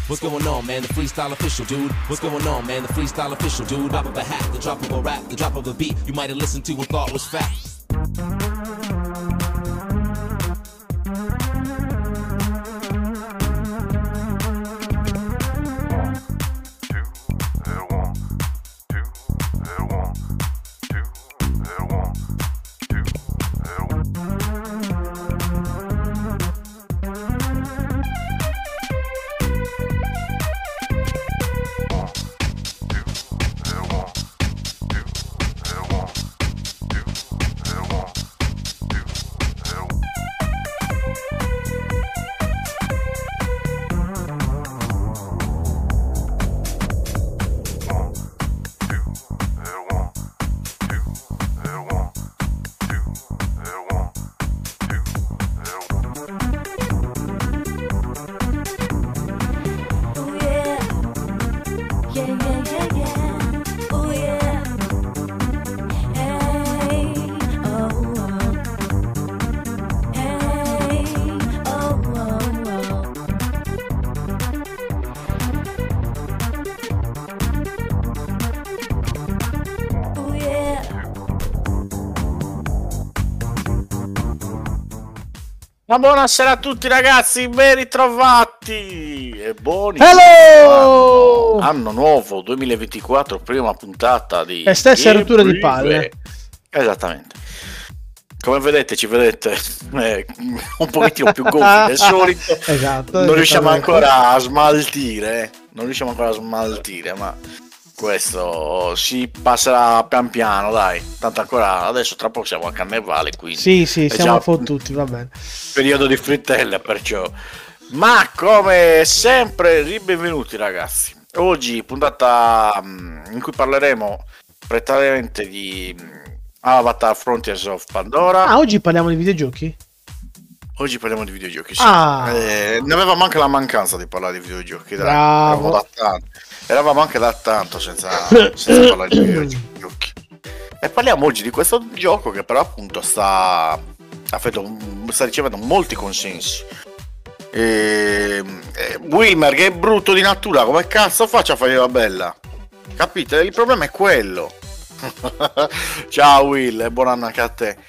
What's going on, man? The freestyle official, dude. What's going on, man? The freestyle official, dude. Drop of a hat, the drop of a rap, the drop of a beat you might have listened to and thought was fact. Ma buonasera a tutti ragazzi, ben ritrovati e buoni Hello! anno nuovo 2024, prima puntata di e stessa rottura di palle. Esattamente. Come vedete, ci vedete un pochettino più gonfi del solito. Esatto. Non riusciamo ancora a smaltire, ma questo si passerà pian piano, dai. Tanto ancora adesso tra poco siamo a carnevale, quindi sì, siamo già fottuti, va bene. Periodo di frittelle, perciò. Ma come sempre, benvenuti ragazzi. Oggi puntata in cui parleremo prettamente di Avatar Frontiers of Pandora. Ah, oggi parliamo di videogiochi? Oggi parliamo di videogiochi, sì. Ah. Ne avevamo anche la mancanza di parlare di videogiochi, dai. Bravo. Eravamo anche da tanto senza parlare di videogiochi. E parliamo oggi di questo gioco che però appunto sta ricevendo molti consensi. Wilmer, che è brutto di natura, come cazzo faccia a fargliela bella? Capite? Il problema è quello. Ciao Will, e buon anno anche a te.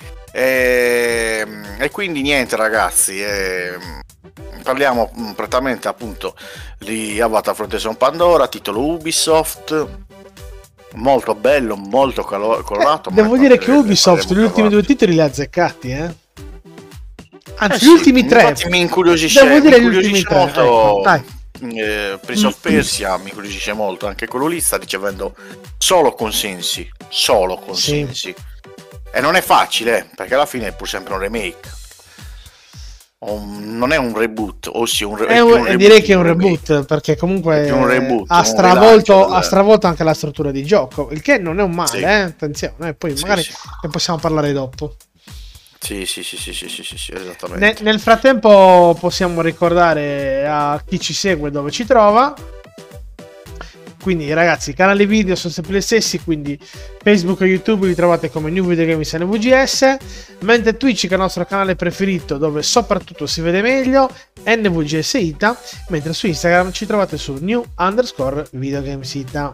E quindi niente ragazzi, parliamo prettamente appunto di Avatar Frontiers of Pandora, titolo Ubisoft, molto bello, molto colorato. Devo dire che Ubisoft gli ultimi due titoli li ha azzeccati, Anzi, gli ultimi tre. Infatti mi incuriosisce, devo dire gli ultimi tre. Molto. Ecco, Prince of Persia mi incuriosisce molto, anche quello lì sta ricevendo solo consensi. Sì. E non è facile, perché alla fine è pur sempre un remake. Non è un reboot, o sì, direi che è un reboot, perché comunque ha stravolto anche la struttura di gioco, il che non è un male, sì. Attenzione, poi magari ne possiamo parlare dopo. Sì, esattamente. Nel frattempo possiamo ricordare a chi ci segue dove ci trova. Quindi ragazzi, i canali video sono sempre gli stessi, quindi Facebook e YouTube li trovate come New Video Games NVGS, mentre Twitch, che è il nostro canale preferito dove soprattutto si vede meglio, NVGS Ita, mentre su Instagram ci trovate su new_videogamesita.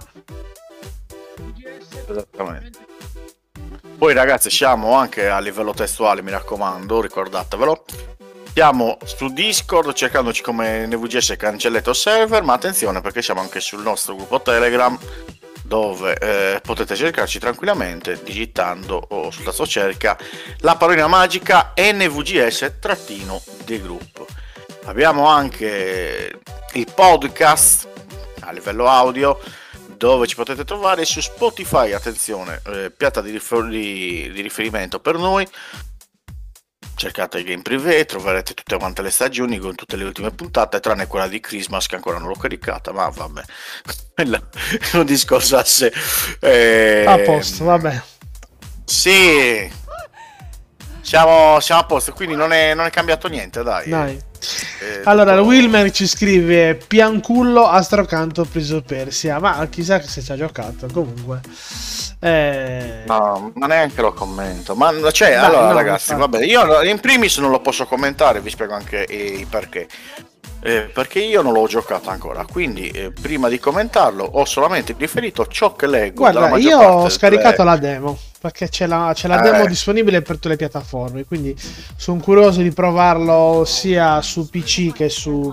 Esattamente. Poi ragazzi siamo anche a livello testuale, mi raccomando, ricordatevelo. Siamo su Discord cercandoci come NVGS cancelletto server, ma attenzione perché siamo anche sul nostro gruppo Telegram dove potete cercarci tranquillamente digitando o sul tasto cerca la parola magica NVGS-The Group. Abbiamo anche il podcast a livello audio dove ci potete trovare su Spotify, attenzione, piatta di riferimento per noi. Cercate Game Privé, troverete tutte quante le stagioni con tutte le ultime puntate, tranne quella di Christmas che ancora non l'ho caricata, ma vabbè, è un discorso a sé. A posto, vabbè. Sì, siamo a posto, quindi non è cambiato niente, dai. Allora, tutto... Wilmer ci scrive Piancullo Astrocanto Prince of Persia, ma chissà che se ci ha giocato comunque. No, ma neanche lo commento. Ma allora, ragazzi, vabbè, io in primis non lo posso commentare, vi spiego anche i perché. perché io non l'ho giocato ancora, quindi prima di commentarlo ho solamente riferito ciò che leggo. Guarda, io ho scaricato la demo perché c'è la demo disponibile per tutte le piattaforme, quindi sono curioso di provarlo sia su PC che su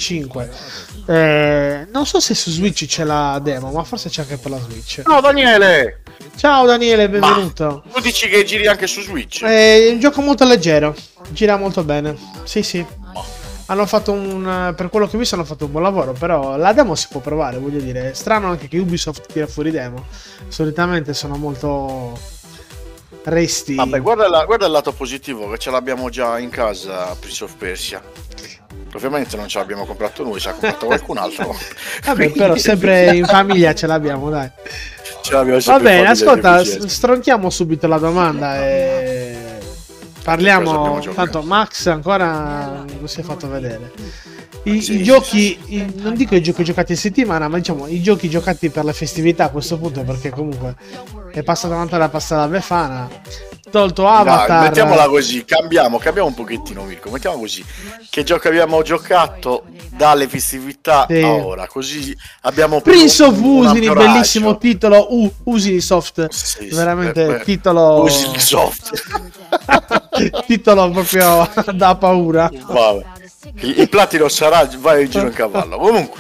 PS5. Non so se su Switch c'è la demo, ma forse c'è anche per la Switch. No, Daniele! Ciao Daniele, benvenuto. Ma tu dici che giri anche su Switch? È un gioco molto leggero, gira molto bene. Sì. Hanno fatto per quello che ho visto hanno fatto un buon lavoro, però la demo si può provare, voglio dire. È strano anche che Ubisoft tira fuori demo. Solitamente sono molto resti. Vabbè, guarda il lato positivo, che ce l'abbiamo già in casa Prince of Persia. Ovviamente non ce l'abbiamo comprato noi, ci ha comprato qualcun altro. Vabbè, però sempre in famiglia ce l'abbiamo, dai. Ce l'abbiamo Va bene, ascolta, stronchiamo subito la domanda e parliamo. Tanto Max ancora non si è fatto vedere. I giochi, non dico i giochi giocati in settimana, ma diciamo i giochi giocati per le festività a questo punto, perché comunque è passata tanto la passata Befana. Tolto Avatar. Dai, mettiamola così, cambiamo un pochettino, Mirko. Mettiamo così: che gioco abbiamo giocato dalle festività a ora? Così abbiamo Prince of Usini, bellissimo titolo. Usinisoft, sì, veramente titolo. Usinisoft. Titolo proprio da paura. Vabbè. Il platino sarà, vai in giro in cavallo. Comunque,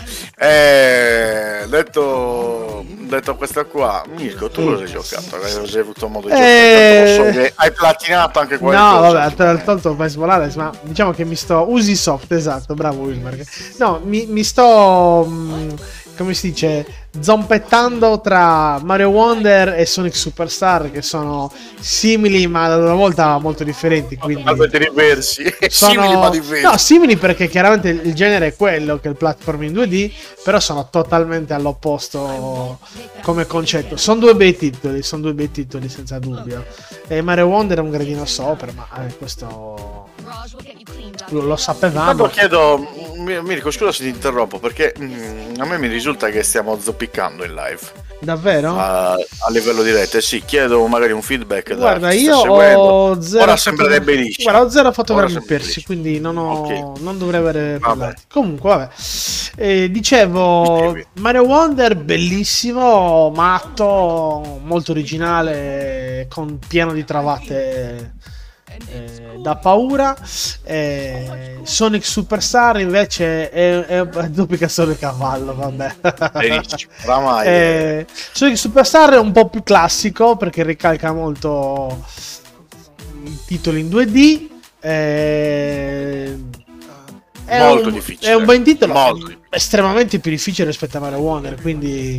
detto questo qua, Mirko, tu cosa hai giocato? Hai avuto modo di giocare? So che hai platinato anche qualcosa. No, vabbè, tolto per svolare, ma diciamo che mi sto Ubisoft, esatto, bravo Wilmer. No, mi sto come si dice, zompettando tra Mario Wonder e Sonic Superstar, che sono simili ma a loro volta molto differenti, quindi diversi. Simili ma diversi. No, simili perché chiaramente il genere è quello, che è il platform in 2D, però sono totalmente all'opposto come concetto. Sono due bei titoli senza dubbio, e Mario Wonder è un gradino sopra, ma questo lo sapevamo. Quando chiedo, Mirko, scusa se ti interrompo, perché a me mi risulta che stiamo zoppicando in live. Davvero? A livello di rete, sì, chiedo magari un feedback. Guarda, io ho zero. Ora sembrerebbe liscio. Guarda, ho zero fotogrammi persi, quindi non dovrei avere problemi. Comunque, vabbè. Dicevo, Mario Wonder, bellissimo, matto, molto originale, con pieno di travate da paura. Sonic Superstar invece è duplica solo il cavallo, vabbè. Benissimo, oramai Sonic Superstar è un po' più classico perché ricalca molto i titoli in 2D. Molto difficile. È un bel titolo, estremamente più difficile rispetto a Mario Wonder, quindi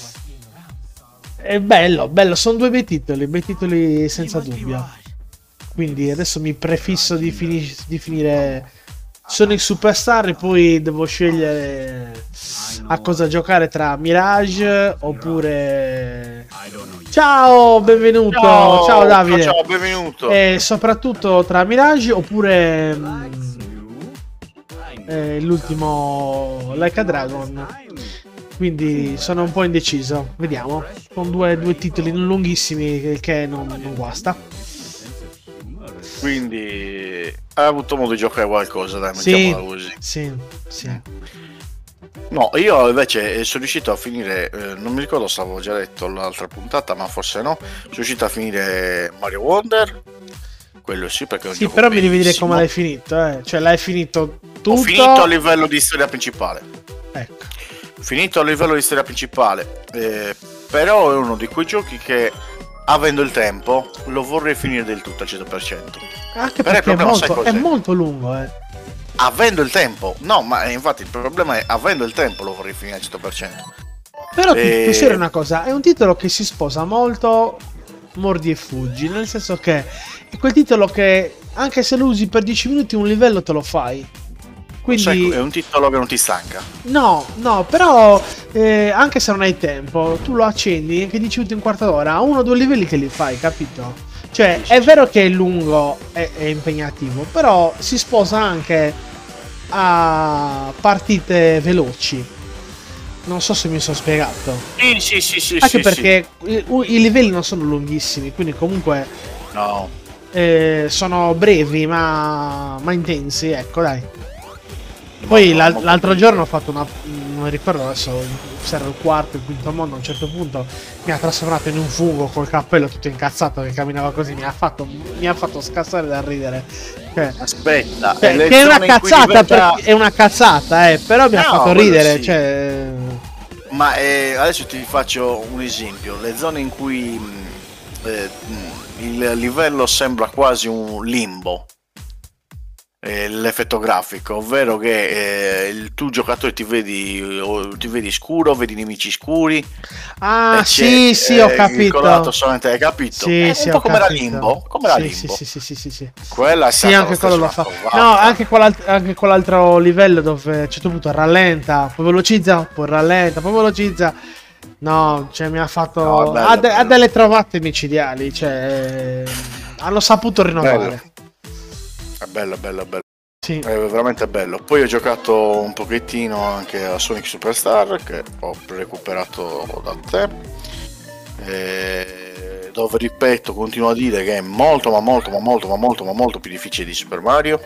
è bello, sono due bei titoli senza dubbio. Quindi adesso mi prefisso di finire Sonic Superstar e poi devo scegliere a cosa giocare tra Mirage oppure... Ciao, benvenuto! Ciao Davide! Ciao, benvenuto! E soprattutto tra Mirage oppure l'ultimo Like a Dragon. Quindi sono un po' indeciso. Vediamo. Con due titoli non lunghissimi, che non guasta. Quindi hai avuto modo di giocare qualcosa, dai, mettiamola così. Sì. No, io invece sono riuscito a finire, non mi ricordo se avevo già detto l'altra puntata, ma forse no. Sono riuscito a finire Mario Wonder. Quello sì, perché è un gioco però bellissimo. Mi devi dire come l'hai finito, Cioè l'hai finito tutto? Ho finito a livello di storia principale. Ecco. Finito a livello di storia principale. Però è uno di quei giochi che, avendo il tempo, lo vorrei finire del tutto al 100%. Anche perché è molto lungo, Avendo il tempo. No, ma infatti il problema è, avendo il tempo lo vorrei finire al 100%. Però ti posso dire una cosa, è un titolo che si sposa molto mordi e fuggi, nel senso che è quel titolo che anche se lo usi per 10 minuti un livello te lo fai. Quindi è un titolo che non ti stanca. No, però anche se non hai tempo, tu lo accendi, anche 10 minuti, un quarto d'ora, 1 o 2 livelli te li fai, capito? Cioè, è vero che è lungo, è impegnativo, però si sposa anche a partite veloci. Non so se mi sono spiegato. Sì. Anche perché i livelli non sono lunghissimi, quindi comunque no. Sono brevi ma intensi, ecco, dai. Poi l'altro giorno ho fatto una... non mi ricordo adesso se era il quarto o il quinto mondo, a un certo punto mi ha trasformato in un fungo col cappello tutto incazzato che camminava così, mi ha fatto scassare da ridere. Aspetta, che è una cazzata, è una cazzata, però mi ha fatto ridere, sì. cioè... Ma adesso ti faccio un esempio, le zone in cui il livello sembra quasi un limbo, l'effetto grafico, ovvero che tu giocatore ti vedi scuro, vedi nemici scuri. Ah, sì, ho capito. Solamente, hai capito? Sì, un po' come era Limbo. Come era Limbo. Sì. Quella è sì, anche quello lo fa. No, anche quell'altro livello dove c'è tutto rallenta, poi velocizza, poi rallenta, poi velocizza. No, cioè mi ha fatto... No, bello, ha delle trovate micidiali, cioè... hanno saputo rinnovare. È bello. Sì. È veramente bello. Poi ho giocato un pochettino anche a Sonic Superstar, che ho recuperato da te, dove ripeto, continuo a dire che è molto più difficile di Super Mario.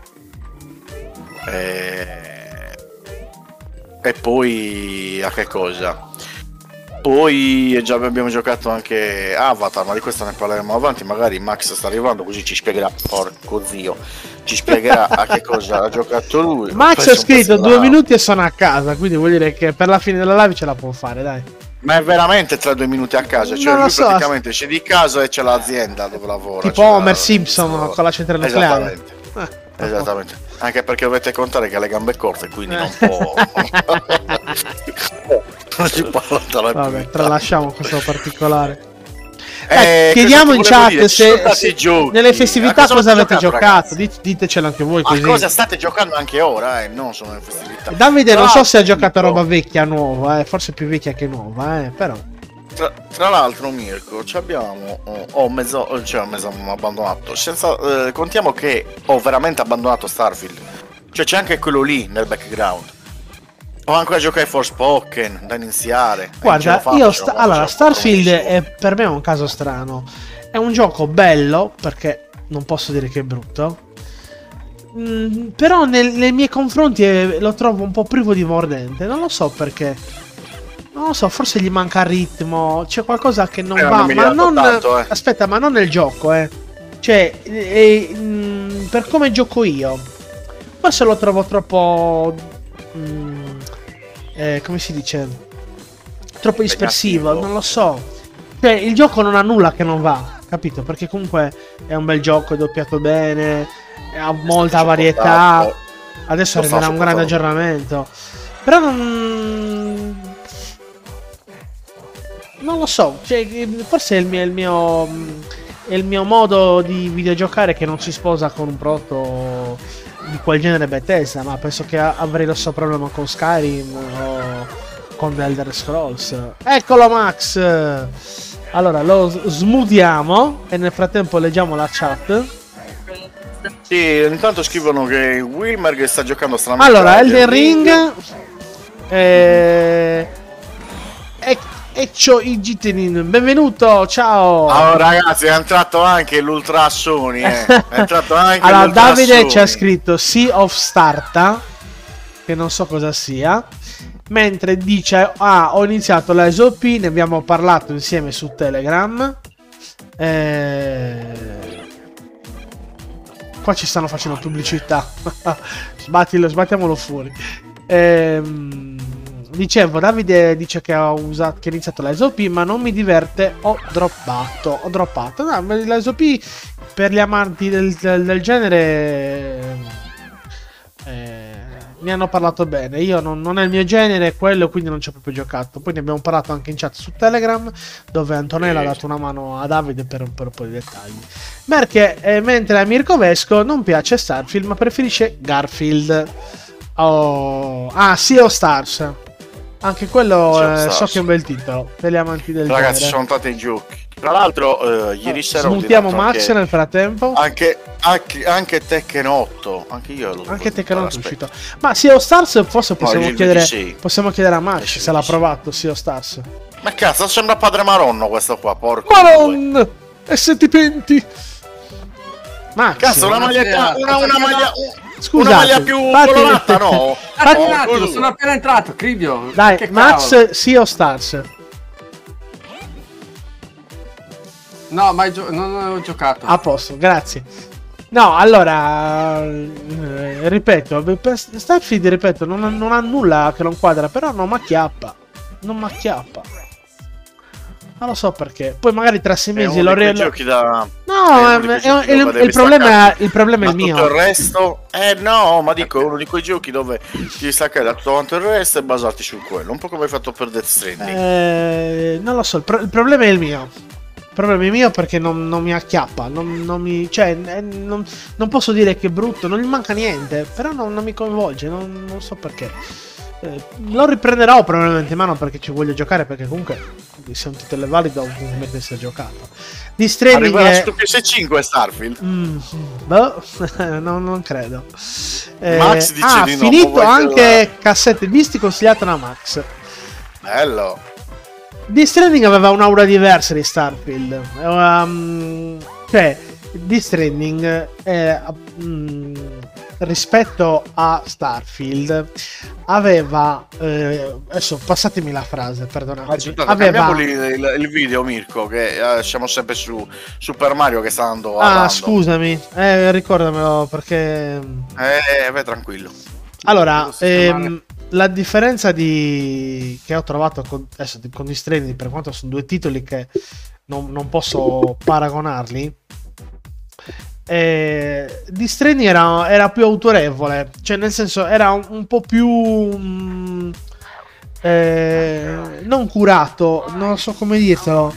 E poi a che cosa? Poi già abbiamo giocato anche Avatar, ma di questo ne parleremo avanti. Magari Max sta arrivando, così ci spiegherà. Porco zio, ci spiegherà a che cosa ha giocato lui. Max ha scritto 2 minuti e sono a casa, quindi vuol dire che per la fine della live ce la può fare, dai. Ma è veramente tra 2 minuti a casa, cioè lui praticamente esce di casa e c'è l'azienda dove lavora. Tipo Homer Simpson con la centrale nucleare. Esattamente. Anche perché dovete contare che ha le gambe corte, quindi non può. Non si può allontanare. Vabbè, tralasciamo questo particolare. Chiediamo in chat dire, se nelle festività cosa avete giocato. Ditecelo anche voi. Così. Ma cosa state giocando anche ora? Non sono nelle festività. Davide, non so se ha giocato roba vecchia, nuova, forse più vecchia che nuova, però. Tra l'altro, Mirko, abbiamo mezzo abbandonato. Contiamo che ho veramente abbandonato Starfield. Cioè c'è anche quello lì nel background. Ho ancora giocato Forspoken da iniziare. Guarda, allora Starfield è per me un caso strano. È un gioco bello, perché non posso dire che è brutto. Però nei miei confronti lo trovo un po' privo di mordente. Non lo so perché. Non lo so, forse gli manca ritmo. C'è qualcosa che non va. Ma non. Tanto, Aspetta, ma non nel gioco, Cioè, per come gioco io. Forse lo trovo troppo. Come si dice? Troppo dispersivo, non lo so. Cioè, il gioco non ha nulla che non va, capito? Perché comunque è un bel gioco, è doppiato bene, ha molta varietà. Adesso arriverà un grande aggiornamento. Però non lo so, cioè, forse è il mio modo di videogiocare che non si sposa con un prodotto di quel genere Bethesda, ma penso che avrei lo stesso problema con Skyrim o con Elder Scrolls. Eccolo Max! Allora lo smudiamo e nel frattempo leggiamo la chat. Sì, intanto scrivono che Wilmer sta giocando stranamente. Allora, Elden Ring Ecco Igitenin, benvenuto, ciao. Allora ragazzi, è entrato anche l'Ultra Sony, È entrato anche allora Davide ci ha scritto Sea of Starta, che non so cosa sia, mentre dice ho iniziato la SOP, ne abbiamo parlato insieme su Telegram. Qua ci stanno facendo pubblicità. Sbattiamolo fuori. Dicevo, Davide dice che ha iniziato la SOP, ma non mi diverte, ho droppato. No, la SOP per gli amanti del genere mi hanno parlato bene. Io non è il mio genere quello, quindi non ci ho proprio giocato. Poi ne abbiamo parlato anche in chat su Telegram, dove Antonella ha dato una mano a Davide per un po' di dettagli. Mentre a Mirko Vesco non piace Starfield, ma preferisce Garfield. Sea of Stars. Anche quello so che è un bel titolo per gli amanti del genere. Ragazzi, sono tanti giochi. Tra l'altro ieri sera smutiamo Max nel frattempo. Anche Tekken 8. Anche io l'ho Anche Tekken 8 è uscito. Ma Sea of Stars forse possiamo chiedere a Max se l'ha provato Sea of Stars. Ma cazzo, sembra Padre Maronno questo qua, porco. Maron! E se ti penti? Max, cazzo, una maglietta, Scusate, più fate- colorata, no? Aspetta un Oh, attimo, così. sono appena entrato, Cribio. Dai, che Max, cavolo. Sea of Stars. No, mai non ho giocato. A posto, grazie. No, allora, ripeto, per Starfield, ripeto, non ha nulla che non quadra, però non m'acchiappa. Non m'acchiappa. Non lo so perché. Poi magari tra 6 È mesi uno lo di quei re... giochi da... No, è uno di quei giochi dove devi il problema staccarti. il problema è Ma il mio. tutto il resto? No, ma dico, è uno di quei giochi dove ti stacchi da tutto quanto il resto e basarti su quello. Un po' come hai fatto per Death Stranding. Non lo so, il problema è il mio. Il problema è mio perché non mi acchiappa. Non mi, cioè, non posso dire che è brutto, non gli manca niente. Però non mi coinvolge, non so perché. Lo riprenderò probabilmente in mano perché ci voglio giocare. Perché comunque, se un titolo è valido, comunque deve essere giocato. Di streaming. Arriverà su PS5 Starfield. Boh, non credo. Max dice di no, finito ma vuoi anche cassette dischi consigliate da Max. Bello. The Stranding aveva un'aura diversa di Starfield. Cioè, The Stranding rispetto a Starfield aveva adesso passatemi la frase, perdonate. Aspettate, Aveva... cambiamoli il video, Mirko, che siamo sempre su Super Mario che sta andando avanti. scusami, ricordamelo perché Vai tranquillo. allora, sistemare. la differenza che ho trovato con The Stranding, per quanto sono due titoli che non posso paragonarli, The Stranding era più autorevole, cioè nel senso era un po' più non curato, non so come dirtelo,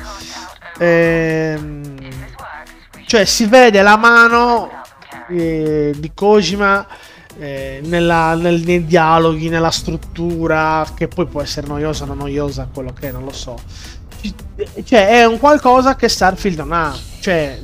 cioè si vede la mano di Kojima nei dialoghi, nella struttura, che poi può essere noiosa o non noiosa, quello che è, non lo so. Cioè è un qualcosa che Starfield non ha, cioè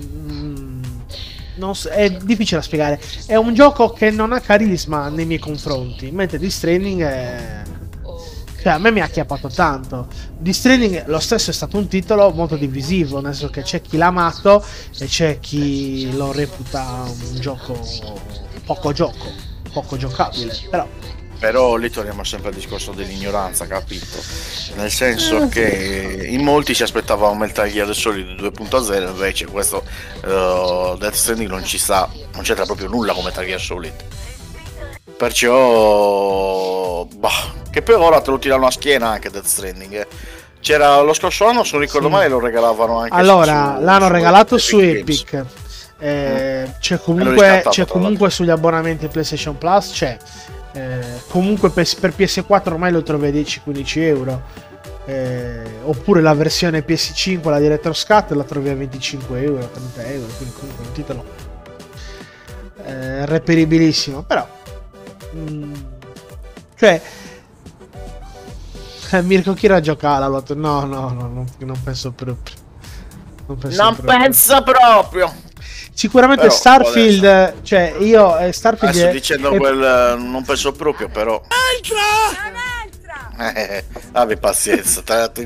è difficile da spiegare. È un gioco che non ha carisma nei miei confronti, mentre The Stranding cioè a me mi ha acchiappato tanto. The Stranding lo stesso è stato un titolo molto divisivo, nel senso che c'è chi l'ha amato e c'è chi lo reputa un gioco poco giocabile, però lì torniamo sempre al discorso dell'ignoranza, capito? Nel senso che in molti si aspettavano Metal Gear Solid 2.0, invece questo Death Stranding non c'entra proprio nulla con Metal Gear Solid. Perciò che per ora te lo tirano a schiena anche Death Stranding. C'era lo scorso anno, se non ricordo male, lo regalavano anche l'hanno regalato su Epic Games. Epic. C'è comunque sugli abbonamenti PlayStation Plus, c'è. Comunque per PS4 ormai lo trovi a 10-15 euro, oppure la versione PS5, la Director's Cut, la trovi a 25 euro, 30 euro, quindi comunque è un titolo reperibilissimo, però cioè Mirko Kira gioca alla lotto, no, non penso proprio, pensa proprio. Sicuramente Però, Starfield adesso. cioè io Starfield Adesso dicendo quel non penso proprio, però abbi pazienza,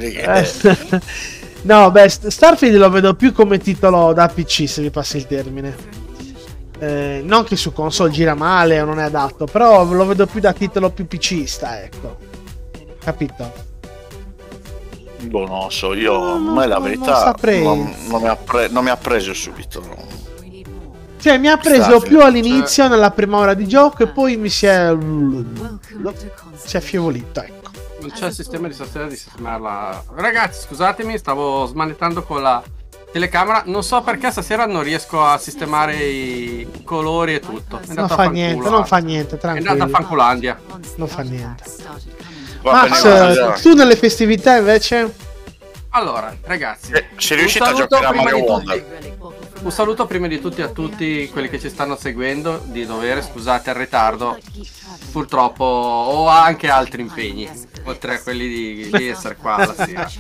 no, beh, Starfield lo vedo più come titolo da PC, se mi passa il termine. Non che su console gira male o non è adatto, però lo vedo più da titolo più PCista, ecco. Capito? Boh, non so, io No, ma la non verità saprei. non mi ha preso subito. No. Cioè mi ha preso Starfield, più all'inizio, nella prima ora di gioco, e poi mi si è affievolito, ecco. Non c'è il sistema di sistemarla. Ragazzi, scusatemi, stavo smanettando con la telecamera. Non so perché stasera non riesco a sistemare i colori e tutto. Non fa niente, È andata a tranquillo. fanculandia. Non fa niente. Va bene, Max, tu nelle festività invece? Allora, ragazzi, sei riuscito a giocare a Mario Wonder? un saluto prima di tutti a tutti quelli che ci stanno seguendo di dovere, scusate il ritardo, purtroppo ho anche altri impegni oltre a quelli di essere qua la sera.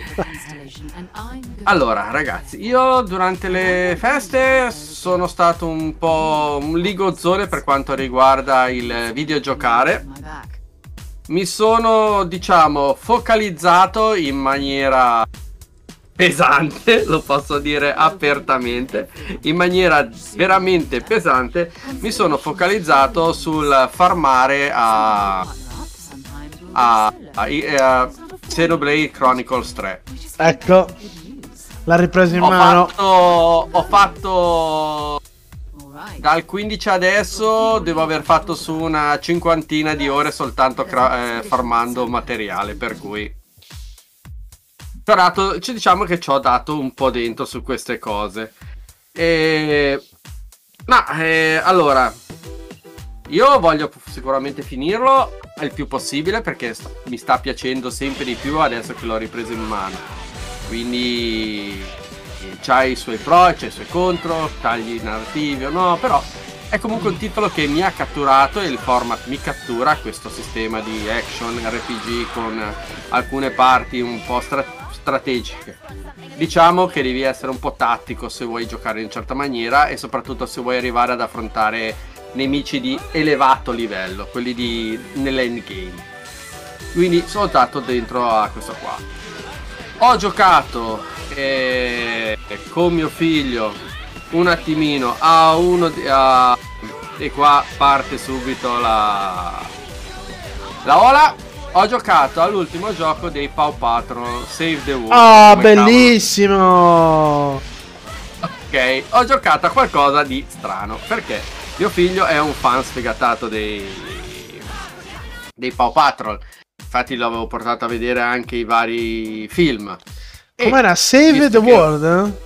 Allora ragazzi, io durante le feste sono stato un po' un ligozzone per quanto riguarda il videogiocare. Mi sono, diciamo, focalizzato in maniera pesante, lo posso dire apertamente, in maniera veramente pesante, mi sono focalizzato sul farmare a Xenoblade Chronicles 3. Ecco, l'ha ripreso in mano. Ho fatto dal 15 adesso, devo aver fatto su una cinquantina di ore soltanto farmando materiale, per cui diciamo che ci ho dato un po' dentro su queste cose. Allora, io voglio sicuramente finirlo il più possibile, perché mi sta piacendo sempre di più adesso che l'ho ripreso in mano. Quindi c'ha i suoi pro, c'ha i suoi contro, tagli narrativi o no, però è comunque un titolo che mi ha catturato e il format mi cattura, questo sistema di action RPG con alcune parti un po' strategiche. Diciamo che devi essere un po' tattico se vuoi giocare in una certa maniera, e soprattutto se vuoi arrivare ad affrontare nemici di elevato livello, quelli nell'endgame. Quindi sono stato dentro a questo qua. Ho giocato con mio figlio un attimino a uno e qua parte subito la ola. Ho giocato all'ultimo gioco dei Paw Patrol, Save the World. Ah, bellissimo! Ok, ho giocato a qualcosa di strano, perché mio figlio è un fan sfegatato dei Paw Patrol. Infatti l'avevo portato a vedere anche i vari film. Com'era? Save the World?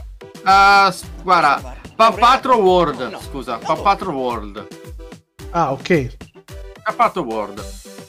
Guarda, Paw Patrol World. Scusa, Paw Patrol World. Ah, ok. Paw Patrol World.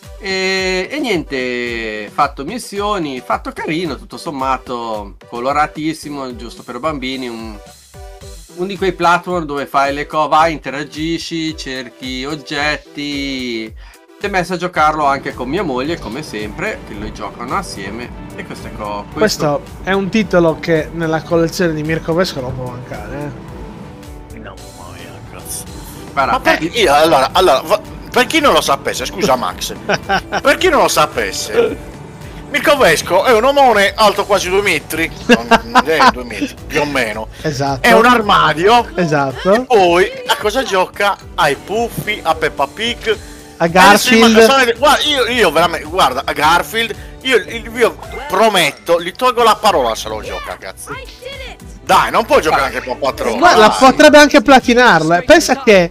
E niente, fatto missioni, fatto carino, tutto sommato, coloratissimo, giusto per bambini. Un di quei platform dove fai le cose, vai, interagisci, cerchi oggetti. Si è messo a giocarlo anche con mia moglie, come sempre, che lo giocano assieme. E questo è un titolo che nella collezione di Mirko Vesco non può mancare. No, cazzo. Guarda, allora, per chi non lo sapesse, scusa Max, per chi non lo sapesse, Mirko Vesco è un omone alto quasi 2 metri, 2 metri più o meno. Esatto. È un armadio. Esatto. E poi a cosa gioca? Ai Puffi, a Peppa Pig, a Garfield. Guarda, io veramente, guarda, a Garfield, io prometto, gli tolgo la parola se lo gioca, cazzo. Dai, non può giocare anche Paw Patrol. Guarda, potrebbe anche platinarla. Pensa che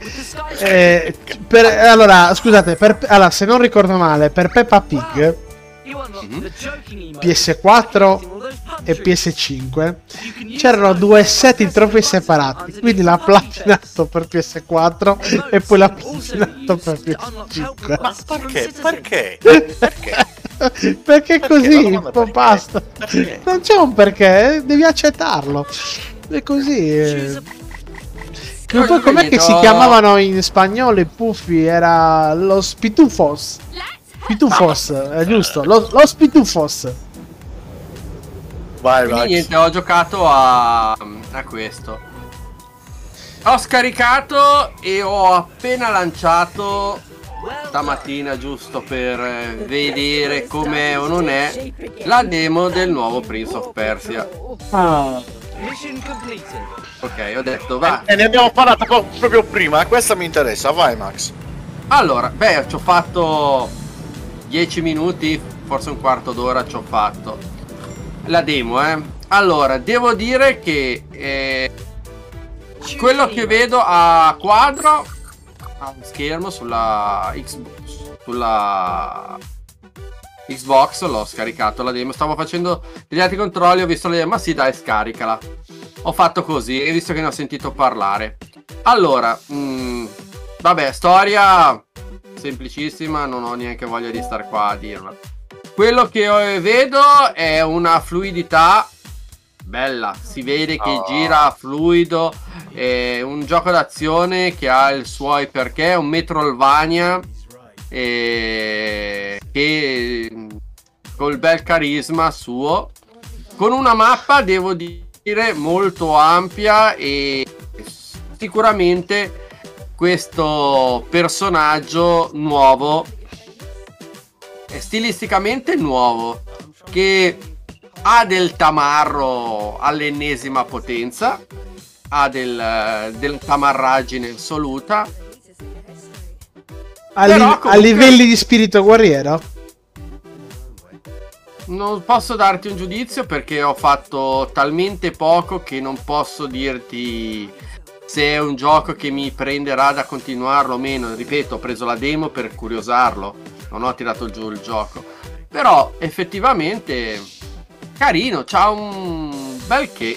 allora, scusate, allora, se non ricordo male, per Peppa Pig PS4 e PS5 c'erano 2 set in trofei separati, quindi l'ha platinato per PS4 e poi l'ha platinato per PS5. Ma perché? Perché così, basta. Non c'è un perché, devi accettarlo. È così. Poi com'è che si chiamavano in spagnolo i Puffi? Era los Pitufos. Pitufos, è giusto, los Pitufos. Vai. Niente, ho giocato a questo. Ho scaricato e ho appena lanciato stamattina, giusto per vedere com'è o non è, la demo del nuovo Prince of Persia. Ok, ho detto va. E ne abbiamo parlato proprio prima, questa mi interessa, vai Max. Allora, ci ho fatto 10 minuti, forse un quarto d'ora ci ho fatto la demo, Allora, devo dire che quello che vedo a quadro a schermo sulla Xbox, l'ho scaricato la demo, stavo facendo degli altri controlli, ho visto la demo, ma sì dai, scaricala. Ho fatto così e visto che ne ho sentito parlare. Allora, vabbè, storia semplicissima, non ho neanche voglia di star qua a dirla. Quello che vedo è una fluidità bella, si vede che gira fluido, è un gioco d'azione che ha i suoi perché, è un Metroidvania che col bel carisma suo, con una mappa devo dire molto ampia, e sicuramente questo personaggio nuovo, stilisticamente nuovo, che ha del tamarro all'ennesima potenza, ha del tamarraggine assoluta. Però comunque, a livelli di spirito guerriero? Non posso darti un giudizio perché ho fatto talmente poco che non posso dirti se è un gioco che mi prenderà da continuarlo o meno. Ripeto, ho preso la demo per curiosarlo, non ho tirato giù il gioco. Però effettivamente carino, c'ha un bel che.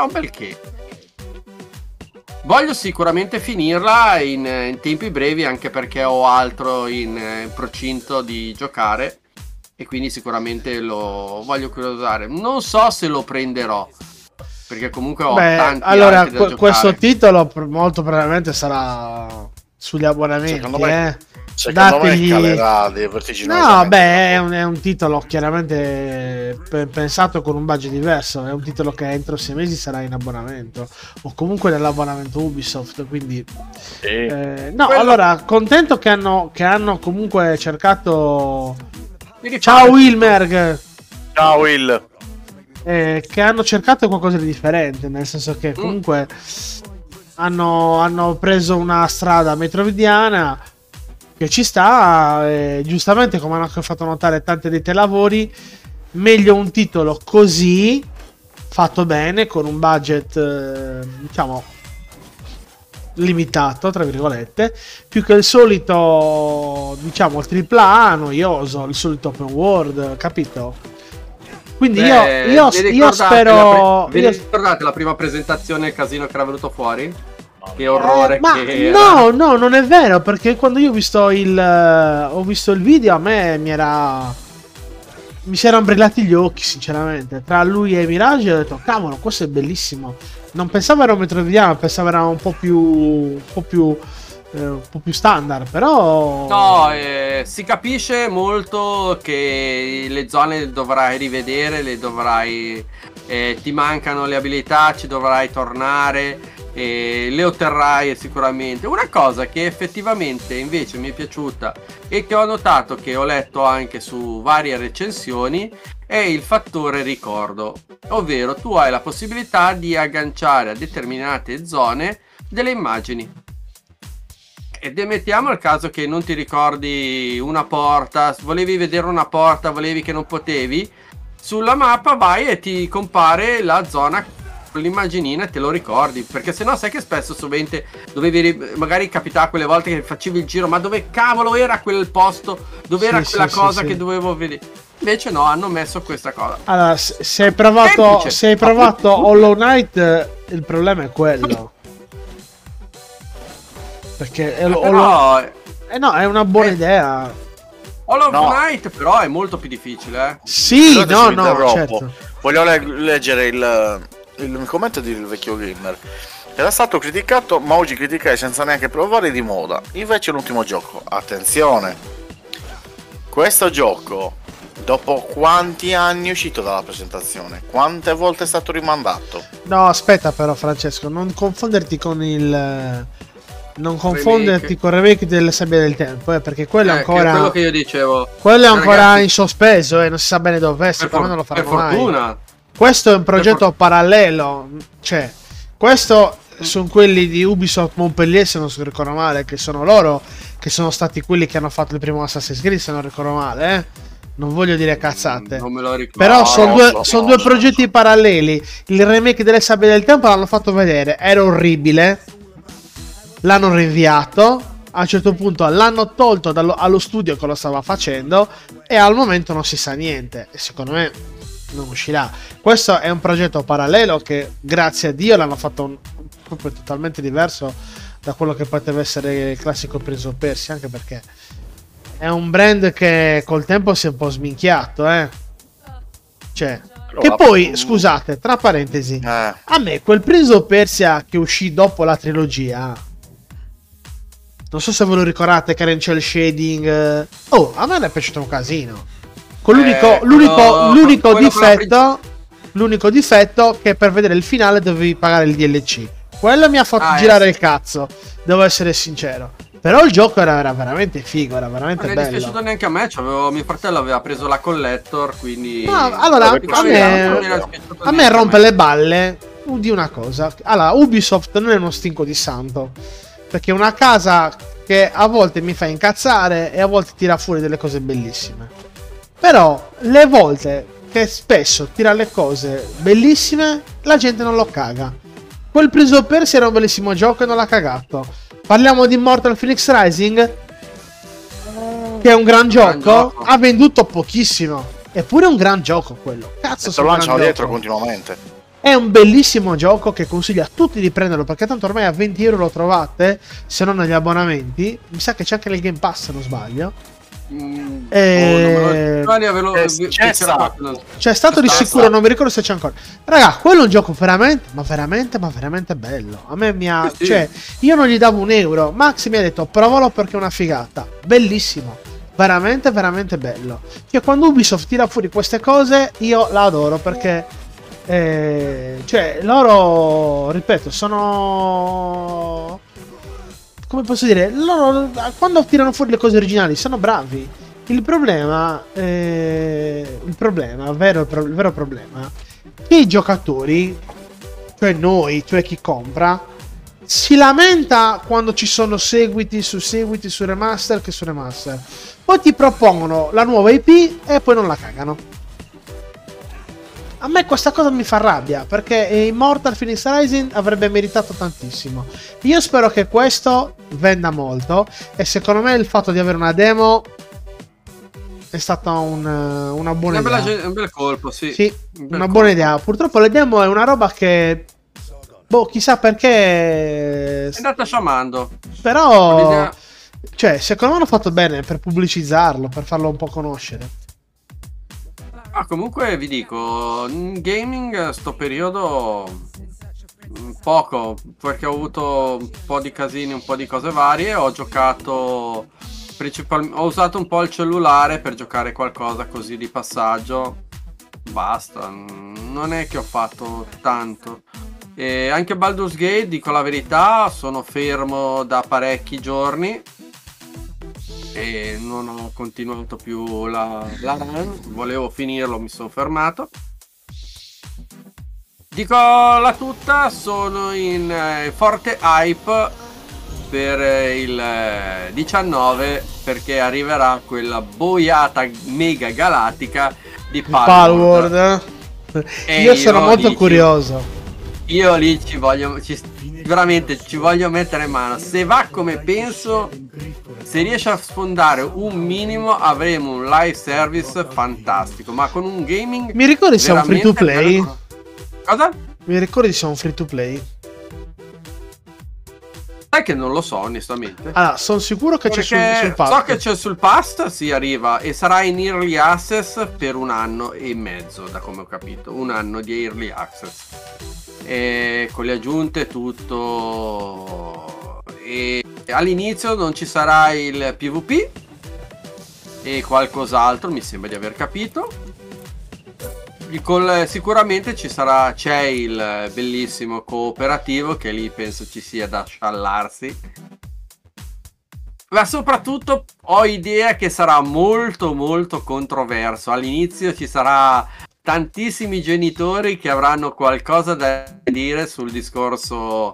Voglio sicuramente finirla in tempi brevi, anche perché ho altro in procinto di giocare e quindi sicuramente lo voglio curiosare. Non so se lo prenderò, perché comunque ho tanti allora altri da giocare. questo titolo molto probabilmente sarà sugli abbonamenti, secondo me calerà vertiginosamente. No, beh, è un titolo chiaramente pensato con un budget diverso. È un titolo che entro 6 mesi sarà in abbonamento, o comunque nell'abbonamento Ubisoft. Quindi, no, allora, contento che hanno comunque cercato. Ciao Wilmerg. Ciao Will. Che hanno cercato qualcosa di differente, nel senso che comunque hanno preso una strada metrovidiana che ci sta, giustamente, come hanno anche fatto notare tanti dei lavori, meglio un titolo così fatto bene, con un budget diciamo limitato tra virgolette, più che il solito, diciamo, AAA noioso, il solito open world, capito? Quindi io spero. Vi ricordate la prima presentazione, il casino che era venuto fuori? Che orrore che era. No, non è vero, perché quando io ho visto il video, a me mi si erano brillati gli occhi, sinceramente. Tra lui e Mirage ho detto, cavolo, questo è bellissimo. Non pensavo era un metroidvania, pensavo era un po' più standard, però no, si capisce molto che le zone le dovrai rivedere, ti mancano le abilità, ci dovrai tornare, le otterrai sicuramente. Una cosa che effettivamente invece mi è piaciuta e che ho notato, che ho letto anche su varie recensioni, è il fattore ricordo, ovvero tu hai la possibilità di agganciare a determinate zone delle immagini. Ed mettiamo il caso che non ti ricordi una porta, volevi vedere una porta, volevi che non potevi, sulla mappa vai e ti compare la zona con l'immaginina e te lo ricordi, perché sennò sai che spesso sovente dovevi, magari capitava quelle volte che facevi il giro, ma dove cavolo era quel posto, dove era quella cosa che dovevo vedere. Invece no, hanno messo questa cosa. Allora, se hai provato Hollow Knight, il problema è quello. Perché è una buona idea. Hollow Knight però è molto più difficile. Sì, certo. Voglio leggere il commento del vecchio gamer. Era stato criticato, ma oggi criticare senza neanche provare di moda. Invece l'ultimo gioco, attenzione, questo gioco dopo quanti anni è uscito dalla presentazione? Quante volte è stato rimandato? No, aspetta però Francesco, non confonderti con il remake delle Sabbie del Tempo, perché quello è ancora, è quello che io dicevo. Quello è ancora in sospeso e non si sa bene dove, secondo me non lo faranno mai. Fortuna. Questo è un progetto parallelo, cioè questo sono quelli di Ubisoft Montpellier, se non si ricordo male, che sono loro che sono stati quelli che hanno fatto il primo Assassin's Creed, se non ricordo male, non voglio dire cazzate, non me lo ricordo. Però sono due progetti paralleli. Il remake delle Sabbie del Tempo l'hanno fatto vedere, era orribile, l'hanno rinviato, a un certo punto l'hanno tolto allo studio che lo stava facendo e al momento non si sa niente e secondo me non uscirà. Questo è un progetto parallelo che grazie a Dio l'hanno fatto proprio totalmente diverso da quello che poteva essere il classico Prince of Persia, anche perché è un brand che col tempo si è un po' sminchiato, cioè, che poi, scusate, tra parentesi, a me quel Prince of Persia che uscì dopo la trilogia, non so se ve lo ricordate, che era in cel shading, a me è piaciuto un casino. Con l'unico difetto che per vedere il finale dovevi pagare il DLC. Quello mi ha fatto girare il cazzo, devo essere sincero. Però il gioco era veramente figo, era veramente Non è bello. dispiaciuto neanche a me, mio fratello aveva preso la collector, quindi... No, allora, a me rompe le balle di una cosa. Allora, Ubisoft non è uno stinco di santo, perché è una casa che a volte mi fa incazzare e a volte tira fuori delle cose bellissime. Però le volte che spesso tira le cose bellissime, la gente non lo caga. Quel Prince of Persia era un bellissimo gioco e non l'ha cagato. Parliamo di Immortal Phoenix Rising, che è un gran gioco, ha venduto pochissimo. Eppure è un gran gioco quello. Cazzo, se lo lanciano dietro continuamente. È un bellissimo gioco che consiglio a tutti di prenderlo, perché tanto ormai a 20 euro lo trovate, se non negli abbonamenti. Mi sa che c'è anche nel Game Pass, se non sbaglio. C'è stato di sicuro, non mi ricordo se c'è ancora. Raga, quello è un gioco veramente, ma veramente bello. A me mi ha... Sì. Cioè, io non gli davo un euro. Max mi ha detto provalo perché è una figata. Bellissimo. Veramente bello. Che quando Ubisoft tira fuori queste cose, io la adoro perché... cioè, loro, ripeto, sono... come posso dire, loro quando tirano fuori le cose originali sono bravi. Il problema, il vero problema, che i giocatori, cioè noi, cioè chi compra, si lamenta quando ci sono seguiti su remaster che su remaster. Poi ti propongono la nuova IP e poi non la cagano. A me questa cosa mi fa rabbia, perché Immortal Phoenix Rising avrebbe meritato tantissimo. Io spero che questo venda molto, e secondo me il fatto di avere una demo è stata una buona idea. Un bel colpo, sì. Sì, una buona idea. Purtroppo le demo è una roba che... boh, chissà perché... È andata sciamando. Però... cioè, secondo me hanno fatto bene per pubblicizzarlo, per farlo un po' conoscere. Comunque vi dico, in gaming sto periodo poco, perché ho avuto un po' di casini, un po' di cose varie. Ho giocato ho usato un po' il cellulare per giocare qualcosa così di passaggio. Basta, non è che ho fatto tanto. E anche Baldur's Gate, dico la verità, sono fermo da parecchi giorni e non ho continuato più la run. Volevo finirlo, mi sono fermato. Dico la tutta, sono in forte hype per il 19, perché arriverà quella boiata mega galattica di Palworld. Io sono molto curioso. Io lì veramente ci voglio mettere mano. Se va come penso, se riesce a sfondare un minimo, avremo un live service fantastico, ma con un gaming... Mi ricordi se è un free to play? Bello. Cosa? Mi ricordi se è un free to play? Sai che non lo so, onestamente. Allora, sono sicuro che c'è sul pass. So che c'è sul pass, si arriva, e sarà in early access per 1 anno e mezzo, da come ho capito. 1 anno di early access. E con le aggiunte tutto. E all'inizio non ci sarà il PvP e qualcos'altro, mi sembra di aver capito. Sicuramente c'è il bellissimo cooperativo, che lì penso ci sia da sciallarsi, ma soprattutto ho idea che sarà molto molto controverso. All'inizio ci sarà tantissimi genitori che avranno qualcosa da dire sul discorso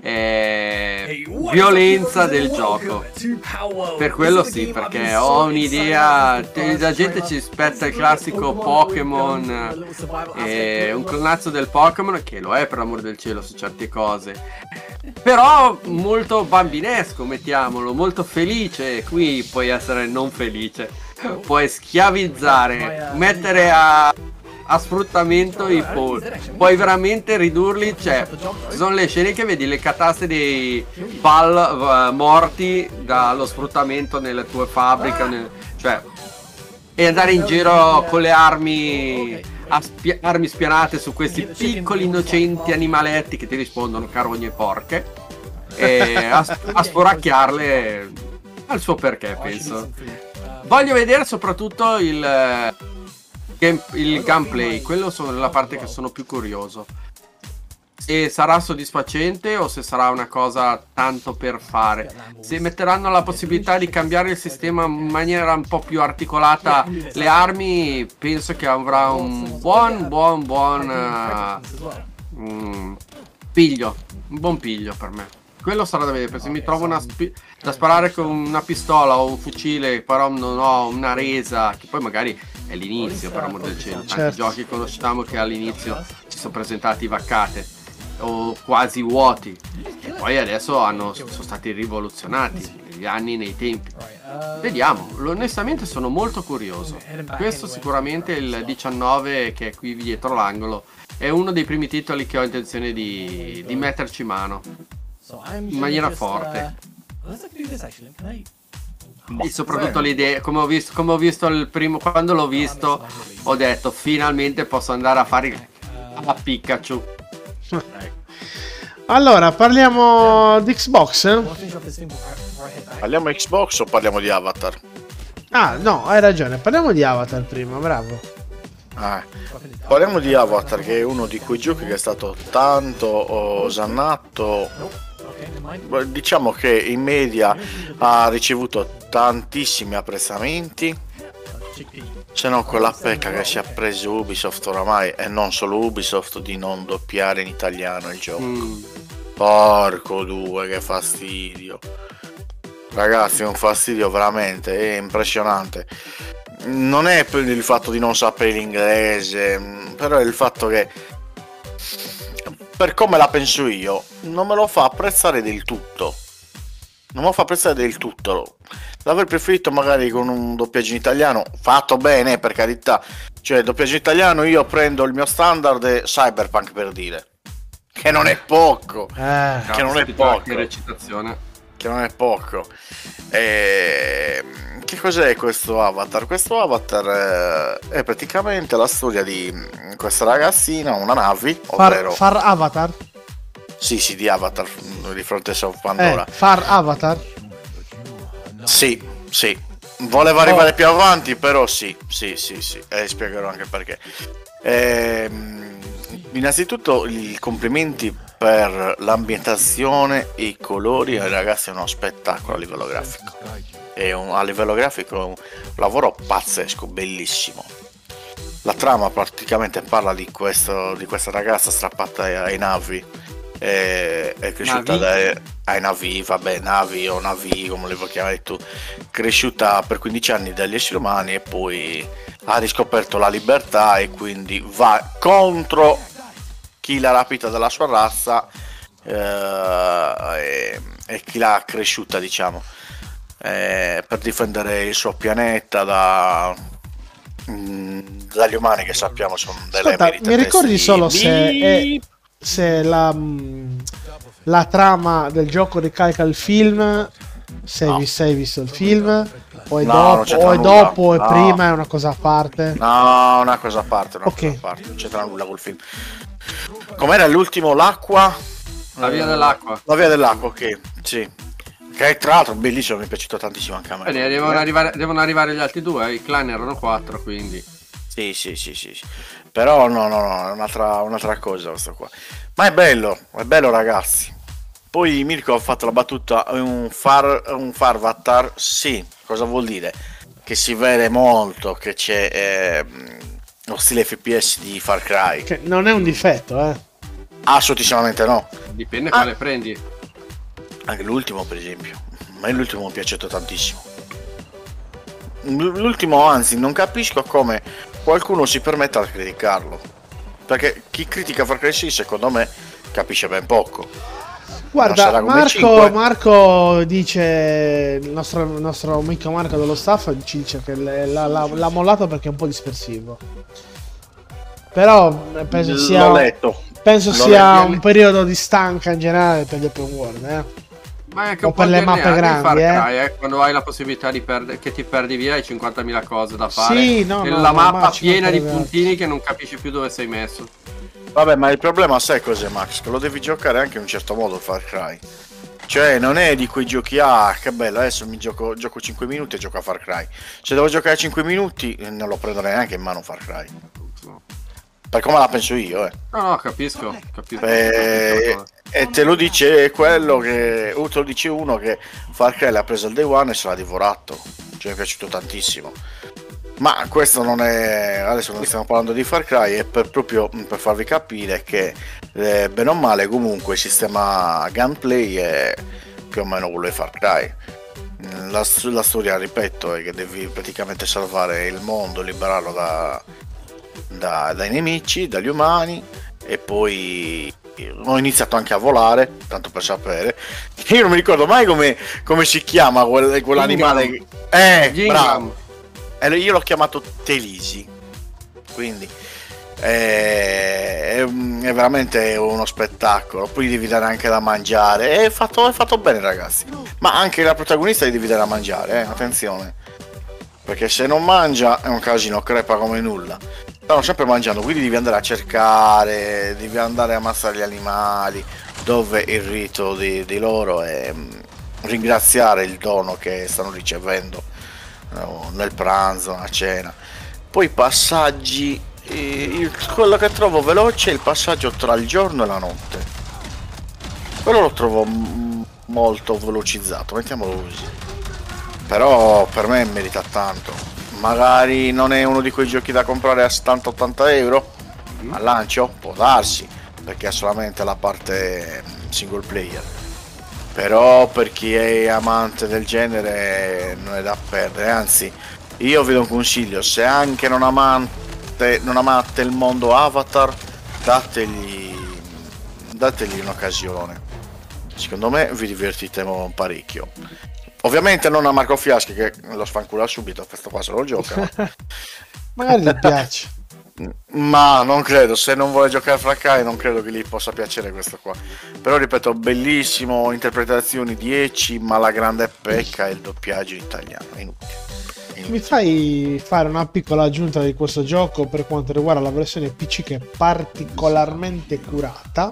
violenza del gioco. Per quello sì, perché ho un'idea. La gente ci aspetta il classico Pokémon, un clonazzo del Pokémon, che lo è per l'amor del cielo su certe cose, però molto bambinesco, mettiamolo, molto felice. Qui puoi essere non felice, puoi schiavizzare, mettere a sfruttamento i polli, puoi veramente ridurli. Cioè, ci sono le scene che vedi le cataste dei pal morti dallo sfruttamento nelle tue fabbriche, cioè, e andare in giro con le armi armi spianate su questi piccoli innocenti animaletti che ti rispondono carogne porche, e a sforacchiarle al suo perché, penso. Voglio vedere soprattutto il gameplay, quello sono la parte che sono più curioso. se sarà soddisfacente o se sarà una cosa tanto per fare. Se metteranno la possibilità di cambiare il sistema in maniera un po' più articolata le armi, penso che avrà un buon piglio, un buon piglio per me. Quello sarà da vedere, se mi trovo da sparare con una pistola o un fucile, però non ho una resa, che poi magari è l'inizio, per amor del cielo. Tanti giochi conosciamo che all'inizio ci sono presentati vaccate o quasi vuoti, e poi adesso sono stati rivoluzionati negli anni, nei tempi. Vediamo, onestamente sono molto curioso. Questo sicuramente il 19, che è qui dietro l'angolo, è uno dei primi titoli che ho intenzione di metterci mano in maniera forte. E soprattutto l'idea, come ho visto il primo, quando l'ho visto ho detto finalmente posso andare a fare a Pikachu. Allora, parliamo di Xbox? Parliamo Xbox o parliamo di Avatar? Ah, no, hai ragione, parliamo di Avatar prima, bravo. Parliamo di Avatar, che è uno di quei giochi che è stato tanto osannato. Diciamo che in media ha ricevuto tantissimi apprezzamenti, se no quella pecca che si è preso Ubisoft oramai, e non solo Ubisoft, di non doppiare in italiano il gioco. Porco due, che fastidio, ragazzi, è un fastidio veramente, è impressionante. Non è per il fatto di non sapere l'inglese, però è il fatto che, per come la penso io, non me lo fa apprezzare del tutto. Non me lo fa apprezzare del tutto. L'avrei preferito magari con un doppiaggio in italiano, fatto bene, per carità. Cioè, doppiaggio in italiano, io prendo il mio standard Cyberpunk, per dire. Che non è poco. Che non è poco. Che non è poco. Che cos'è questo Avatar? Questo Avatar è praticamente la storia di questa ragazzina, una Navi, ovvero Far Avatar? Sì, di Avatar, di fronte a Pandora. Far Avatar? Sì. Voleva arrivare più avanti, però sì. Spiegherò anche perché. Innanzitutto i complimenti per l'ambientazione e i colori, ragazzi, è uno spettacolo a livello grafico. A livello grafico è un lavoro pazzesco, bellissimo. La trama praticamente parla di questa ragazza strappata ai navi, è cresciuta ai navi, vabbè, navi o navi come le vuoi chiamare tu, cresciuta per 15 anni dagli esseri umani e poi ha riscoperto la libertà e quindi va contro chi l'ha rapita dalla sua razza e chi l'ha cresciuta, diciamo, per difendere il suo pianeta dagli umani, che sappiamo sono delle Ascolta, mi ricordi solo se la trama del gioco ricalca il film, se hai visto il film, o è dopo o è prima, è una cosa a parte? No, una cosa a parte, non c'entra nulla col film. Com'era l'ultimo? L'acqua? La via dell'acqua. La via dell'acqua, ok, sì. Che tra l'altro bellissimo, mi è piaciuto tantissimo anche a me. Devono arrivare gli altri due, i clan erano 4, quindi. Sì. Però no, è un'altra cosa questo qua. Ma è bello ragazzi. Poi Mirko ha fatto la battuta, un far Avatar, sì, cosa vuol dire? Che si vede molto che c'è lo stile FPS di Far Cry. Che non è un difetto, Assolutissimamente no. Dipende quale prendi. Anche l'ultimo, per esempio. Ma l'ultimo mi è piaciuto tantissimo. L'ultimo, anzi, non capisco come qualcuno si permetta di criticarlo. Perché chi critica Far Cry 6, secondo me, capisce ben poco. Guarda, Marco dice, il nostro amico Marco dello staff ci dice che l'ha mollato perché è un po' dispersivo. Però penso sia un periodo di stanca in generale per gli open world, Ma è anche o per le mappe grandi, quando hai la possibilità di che ti perdi via, hai 50.000 cose da fare. Sì, la mappa piena di puntini che non capisci più dove sei messo. Vabbè, ma il problema sai cos'è, Max? Che lo devi giocare anche in un certo modo Far Cry. Cioè, non è di quei giochi, che bello, adesso mi gioco 5 minuti e gioco a Far Cry. Se devo giocare 5 minuti non lo prenderei neanche in mano Far Cry. per come la penso io. No, capisco. E te lo dice quello che te lo dice uno che Far Cry l'ha preso il day one e se l'ha divorato, cioè mi è piaciuto tantissimo. Ma questo non è, adesso non stiamo parlando di Far Cry, è proprio per farvi capire che bene o male comunque il sistema gunplay è più o meno quello di Far Cry. La storia, ripeto, è che devi praticamente salvare il mondo, liberarlo dai nemici, dagli umani, e poi ho iniziato anche a volare, tanto per sapere. Io non mi ricordo mai come si chiama quell'animale. Bravo. Io l'ho chiamato Telisi, quindi è veramente uno spettacolo. Poi devi dare anche da mangiare, è fatto bene, ragazzi. Ma anche la protagonista gli devi dare da mangiare, attenzione, perché se non mangia è un casino, crepa come nulla. Stanno sempre mangiando, quindi devi andare a cercare, devi andare a ammazzare gli animali, dove il rito di loro è ringraziare il dono che stanno ricevendo nel pranzo, a cena. Poi passaggi, quello che trovo veloce è il passaggio tra il giorno e la notte. Quello lo trovo molto velocizzato, mettiamolo così. Però per me merita tanto. Magari non è uno di quei giochi da comprare a 70-80 euro al lancio, può darsi, perché è solamente la parte single player. Però per chi è amante del genere non è da perdere, anzi io vi do un consiglio: se anche non amate il mondo Avatar, dategli un'occasione, secondo me vi divertite parecchio. Ovviamente non a Marco Fiaschi, che lo sfancula subito, questo qua se lo gioca. Magari gli piace. Ma non credo, se non vuole giocare a Far Cry non credo che gli possa piacere questo qua. Però ripeto, bellissimo, interpretazioni 10, ma la grande pecca è il doppiaggio in italiano, è inutile. Mi fai fare una piccola aggiunta di questo gioco per quanto riguarda la versione PC, che è particolarmente curata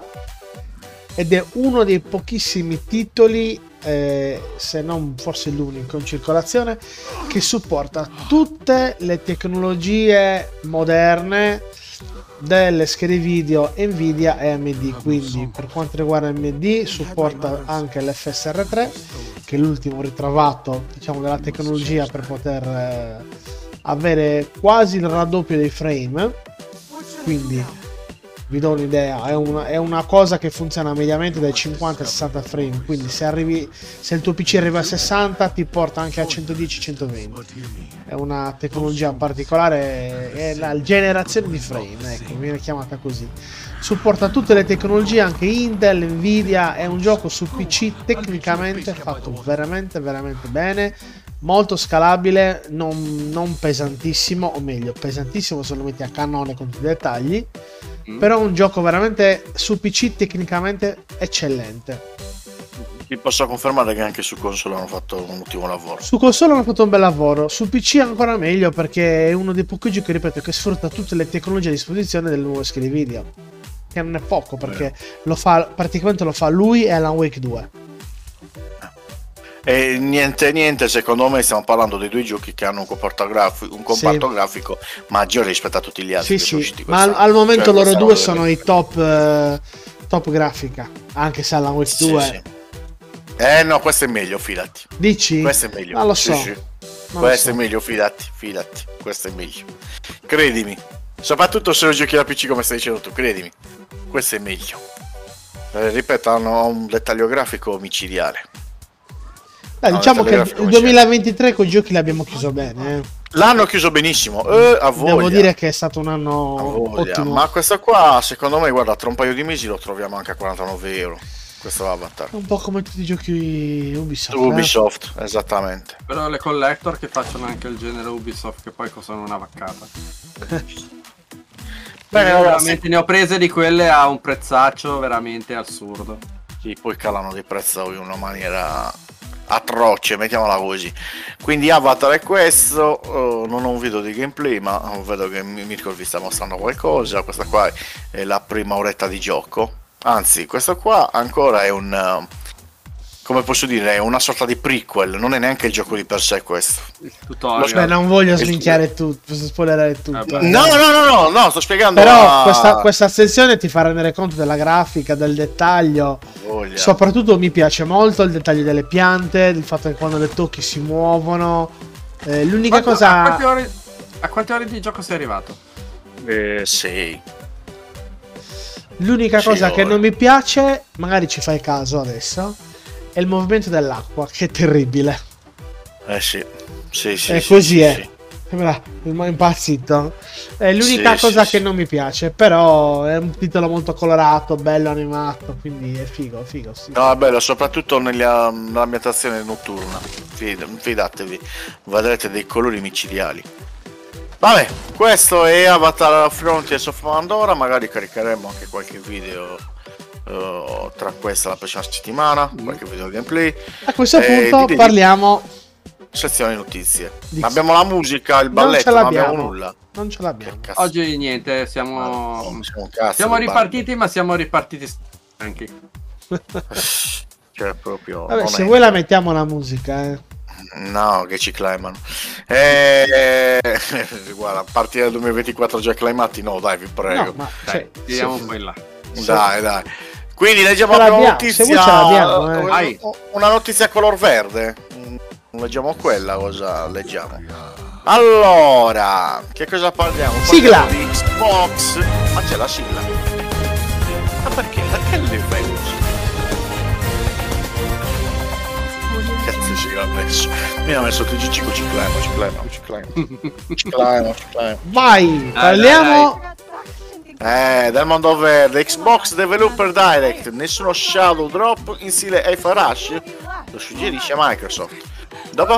ed è uno dei pochissimi titoli, se non forse l'unico in circolazione, che supporta tutte le tecnologie moderne delle schede video Nvidia e AMD. Quindi per quanto riguarda AMD supporta anche l'FSR3, che è l'ultimo ritrovato, diciamo, della tecnologia per poter avere quasi il raddoppio dei frame. Quindi vi do un'idea, è una cosa che funziona mediamente dai 50 ai 60 frame, quindi se il tuo PC arriva a 60 ti porta anche a 110-120. È una tecnologia particolare, è la generazione di frame, ecco, viene chiamata così. Supporta tutte le tecnologie, anche Intel, Nvidia. È un gioco su PC tecnicamente fatto veramente veramente bene, molto scalabile, non pesantissimo, o meglio pesantissimo se lo metti a cannone con tutti i dettagli. Però è un gioco veramente su PC tecnicamente eccellente. Vi posso confermare che anche su console hanno fatto un ottimo lavoro. Su console hanno fatto un bel lavoro, su PC ancora meglio, perché è uno dei pochi giochi, ripeto, che sfrutta tutte le tecnologie a disposizione delle nuove schede video, che non è poco, perché praticamente lo fa lui e Alan Wake 2. E niente, secondo me stiamo parlando di due giochi che hanno un comparto grafico maggiore rispetto a tutti gli altri. Sì. Ma al momento loro due sono i top grafica, anche se Alan Wake 2 sì. No, questo è meglio, fidati. Dici? Questo è meglio. Non lo so. Sì. Questo è meglio, fidati, questo è meglio. Credimi, soprattutto se lo giochi da PC come stai dicendo tu, credimi, questo è meglio. Ripeto, hanno un dettaglio grafico micidiale. Diciamo che il 2023 con i giochi l'abbiamo chiuso bene. L'hanno chiuso benissimo. A voglia. Devo dire che è stato un anno ottimo. Ma questo qua, secondo me, guarda, tra un paio di mesi lo troviamo anche a 49 euro. Questo Avatar. Un po' come tutti i giochi Ubisoft. Ubisoft, esattamente. Però le collector che facciano anche il genere Ubisoft, che poi costano una vaccata. Veramente ne ho prese di quelle a un prezzaccio veramente assurdo. Sì, poi calano di prezzo in una maniera atroce, mettiamola così. Quindi Avatar è questo. Non ho un video di gameplay, ma vedo che Mirko vi sta mostrando qualcosa. Questa qua è la prima oretta di gioco, anzi questo qua ancora è come posso dire, è una sorta di prequel, non è neanche il gioco di per sé questo. Il tutorial. Beh, non voglio sminchiare tutto, spoilerare tutto. No, sto spiegando. Però questa estensione ti fa rendere conto della grafica, del dettaglio. Voglia. Soprattutto mi piace molto il dettaglio delle piante, il fatto che quando le tocchi si muovono. L'unica cosa... A quante ore di gioco sei arrivato? 6. L'unica Sì, cosa che ora. non mi piace, magari ci fai caso adesso, è il movimento dell'acqua, che è terribile. Sì. E così è. Sì. Sembra impazzito. È l'unica Sì, cosa sì, che sì. non mi piace, però è un titolo molto colorato, bello animato, quindi è figo, sì. No, è bello, soprattutto nell'ambientazione notturna. Fidatevi, vedrete dei colori micidiali. Vabbè, questo è Avatar Frontiers of Pandora. Magari caricheremo anche qualche video tra questa e la prossima settimana, qualche video gameplay. A questo punto parliamo... Sezione notizie. Di- Ma abbiamo la musica, il balletto, ce non l'abbiamo. abbiamo nulla. Non ce l'abbiamo. Che cazzo. Oggi niente, siamo Siamo un cazzo siamo di ripartiti, ma siamo ripartiti anche. Cioè, proprio. Vabbè, non se è- vuoi la mettiamo la musica, No, che ci climbano. Guarda, a partire dal 2024 già climbati? No, dai, vi prego. No, ma Dai, tiriamo quella. Dai. Quindi leggiamo Ce la l'abbiamo, notizia. se vuoi ce l'abbiamo, Vai. Una notizia color verde. Leggiamo quella, cosa leggiamo? Allora, che cosa parliamo? Sigla. Parliamo di Xbox. Ma c'è la sigla. Ma perché? Perché le fai così? Cazzo ci l'ha messo? Mi ha messo TGC, ci clamo. Vai, parliamo... Del mondo verde, Xbox Developer Direct, nessuno Shadow Drop in stile Hi-Fi Rush, lo suggerisce Microsoft. Dopo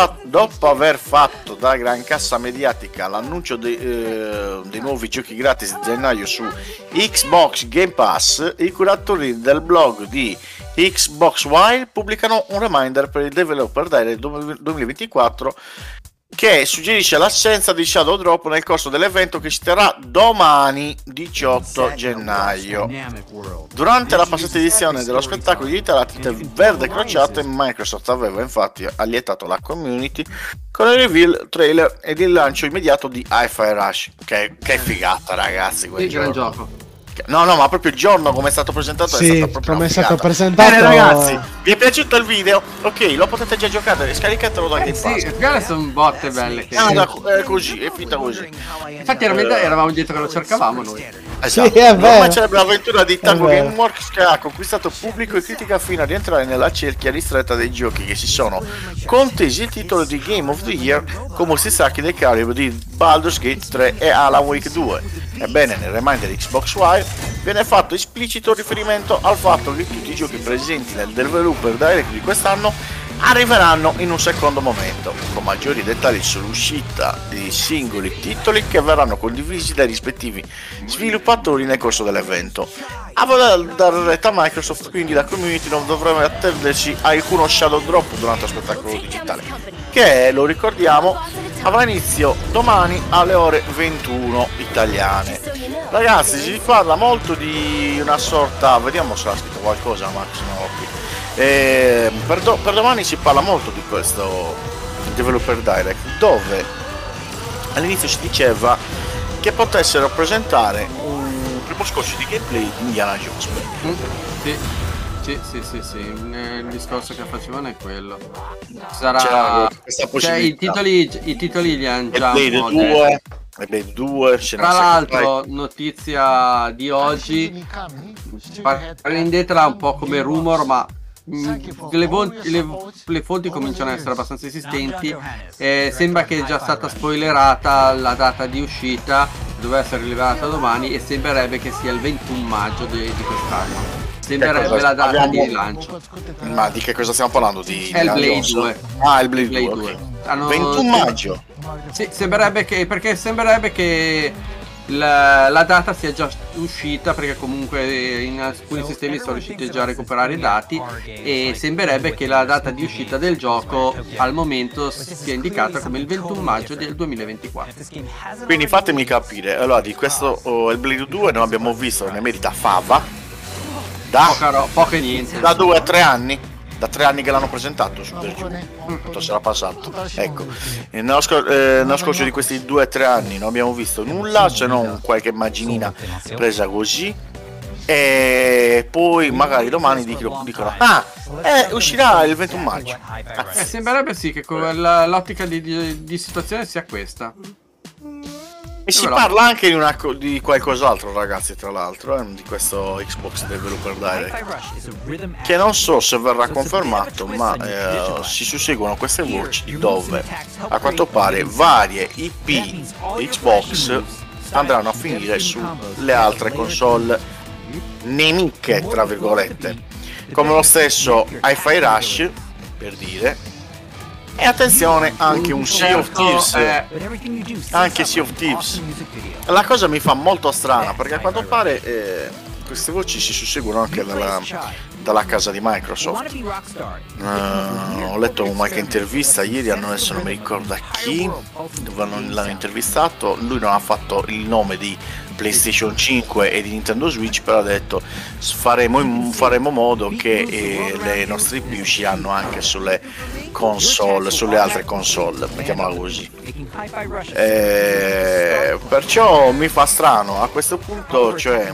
aver fatto da gran cassa mediatica l'annuncio dei nuovi giochi gratis di gennaio su Xbox Game Pass, i curatori del blog di Xbox Wild pubblicano un reminder per il Developer Direct 2024 che suggerisce l'assenza di Shadow Drop nel corso dell'evento che si terrà domani 18 gennaio. Durante la passata edizione dello spettacolo di Interactive Verde Crociate, Microsoft aveva infatti allietato la community con il reveal trailer ed il lancio immediato di Hi-Fi Rush. Che figata, ragazzi, quel Sì, gran gioco. gioco. No, ma proprio il giorno come è stato presentato Sì, è stato proprio come una è stato figata. presentato... Bene ragazzi, vi è piaciuto il video? Ok, lo potete già giocare, scaricatelo da Game Pass. Sì, quelle sono botte belle che... È così, è finta così. Infatti eravamo dietro che lo cercavamo noi. Esatto. Sì, è vero. Ormai celebra l'avventura di Tango È vero. Gameworks che ha conquistato pubblico e critica fino a rientrare nella cerchia ristretta dei giochi che si sono contesi il titolo di Game of the Year come si sacchi del calibro di Baldur's Gate 3 e Alan Wake 2. Ebbene, nel reminder di Xbox One viene fatto esplicito riferimento al fatto che tutti i giochi presenti nel Developer Direct di quest'anno arriveranno in un secondo momento, con maggiori dettagli sull'uscita di singoli titoli che verranno condivisi dai rispettivi sviluppatori nel corso dell'evento. A voler dare retta a Microsoft, quindi la community non dovrebbe attendersi alcuno Shadow Drop durante lo spettacolo digitale, che, lo ricordiamo, avrà inizio domani alle ore 21 italiane. Ragazzi, si parla molto di una sorta, vediamo se ha scritto qualcosa Max, no, qui. Per domani si parla molto di questo Developer Direct, dove all'inizio si diceva che potessero presentare un primo scotch di gameplay di Indiana Jones. Sì. Il discorso che facevano è quello. Sarà... questa Cioè, possibilità. i titoli li hanno già Blade un po' detto. 2, Blade 2, Tra l'altro, notizia di oggi, prendetela un po' come rumor, ma le fonti cominciano ad essere abbastanza esistenti. Sembra che è già stata spoilerata la data di uscita, doveva essere rivelata domani e sembrerebbe che sia il 21 maggio di quest'anno. Sembrerebbe la data di lancio. Ma di che cosa stiamo parlando? Di È il Blade Jones? 2. Ah, il Blade, Blade 2. 2. 21 maggio. Sì, sembrerebbe che la data sia già uscita, perché comunque in alcuni sistemi sono riusciti già a recuperare i dati e sembrerebbe che la data di uscita del gioco al momento sia indicata come il 21 maggio del 2024. Quindi fatemi capire, allora di questo il Blade 2 noi abbiamo visto ne merita fava da Poco e niente. da 2 a 3 anni. Da 3 anni che l'hanno presentato su per giù. Quanto sarà passato? Ecco, nello scorso di questi 2-3 anni non abbiamo visto nulla se non qualche immaginina presa così. E poi magari domani dicono uscirà il 21 maggio. Sembrerebbe sì che l'ottica di situazione sia questa. E si parla anche di qualcos'altro, ragazzi, tra l'altro, di questo Xbox Developer Direct, che non so se verrà confermato, ma si susseguono queste voci dove a quanto pare varie IP di Xbox andranno a finire sulle altre console nemiche, tra virgolette, come lo stesso Hi-Fi Rush, per dire. E attenzione, anche un Sea of Thieves, anche Sea of Thieves. La cosa mi fa molto strana, perché a quanto pare queste voci si susseguono anche dalla casa di Microsoft. Ho letto qualche intervista ieri, adesso non mi ricordo a chi, dove l'hanno intervistato. Lui non ha fatto il nome di PlayStation 5 e di Nintendo Switch, però ha detto faremo modo che le nostre IP usciranno anche sulle console, sulle altre console, mettiamola così. Perciò mi fa strano a questo punto, cioè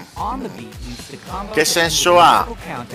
che senso ha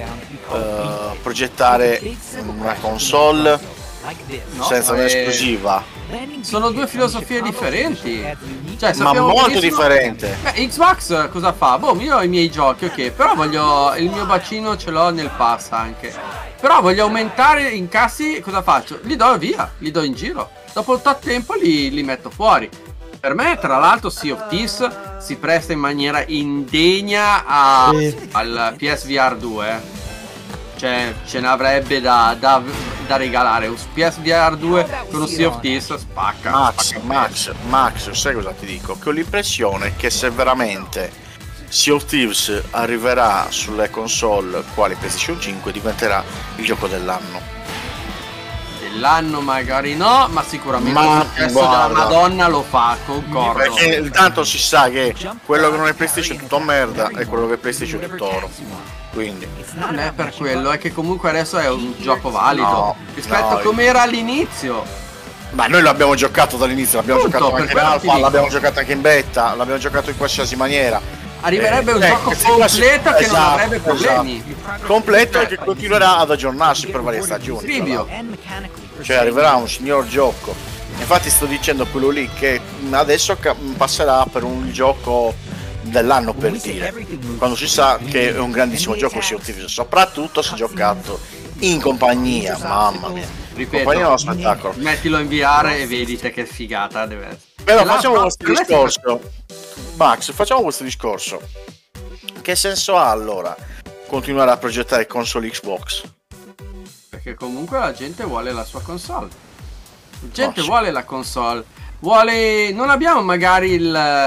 progettare una console senza un'esclusiva? Sono due filosofie differenti, cioè, ma molto differente. Xbox cosa fa? Boh, io ho i miei giochi, ok, però voglio il mio bacino, ce l'ho nel pass anche, però voglio aumentare incassi, cosa faccio? Li do via, li do in giro, dopo un tot tempo li metto fuori. Per me, tra l'altro, Sea of Thieves si presta in maniera indegna al PSVR 2. Cioè, ce ne avrebbe da regalare. Un PSVR 2 con un Sea of Thieves spacca. Max, sai cosa ti dico? Che ho l'impressione che se veramente Sea of Thieves arriverà sulle console quali PlayStation 5, diventerà il gioco dell'anno. Dell'anno magari no, ma sicuramente il successo della Madonna lo fa, concordo. Perché tanto si sa che quello che non è PlayStation è tutto merda e quello che è PlayStation è tutto oro. Quindi non è per quello, è che comunque adesso è un gioco valido rispetto a come era all'inizio. Ma noi l'abbiamo giocato dall'inizio, l'abbiamo giocato anche in alfa, l'abbiamo giocato anche in beta, l'abbiamo giocato in qualsiasi maniera. Arriverebbe un gioco completo che non avrebbe problemi. Completo e che continuerà ad aggiornarsi per varie stagioni. Cioè arriverà un signor gioco. Infatti sto dicendo quello lì che adesso passerà per un gioco dell'anno, per dire, quando si sa che è un grandissimo gioco, soprattutto se giocato in compagnia. Mamma mia, ripeto, compagnia è uno spettacolo. Mettilo in VR e vedete che figata deve essere. Però facciamo questo discorso, Max, facciamo questo discorso. Che senso ha allora continuare a progettare console Xbox? Perché comunque la gente vuole la sua console. La gente vuole la console. Non abbiamo magari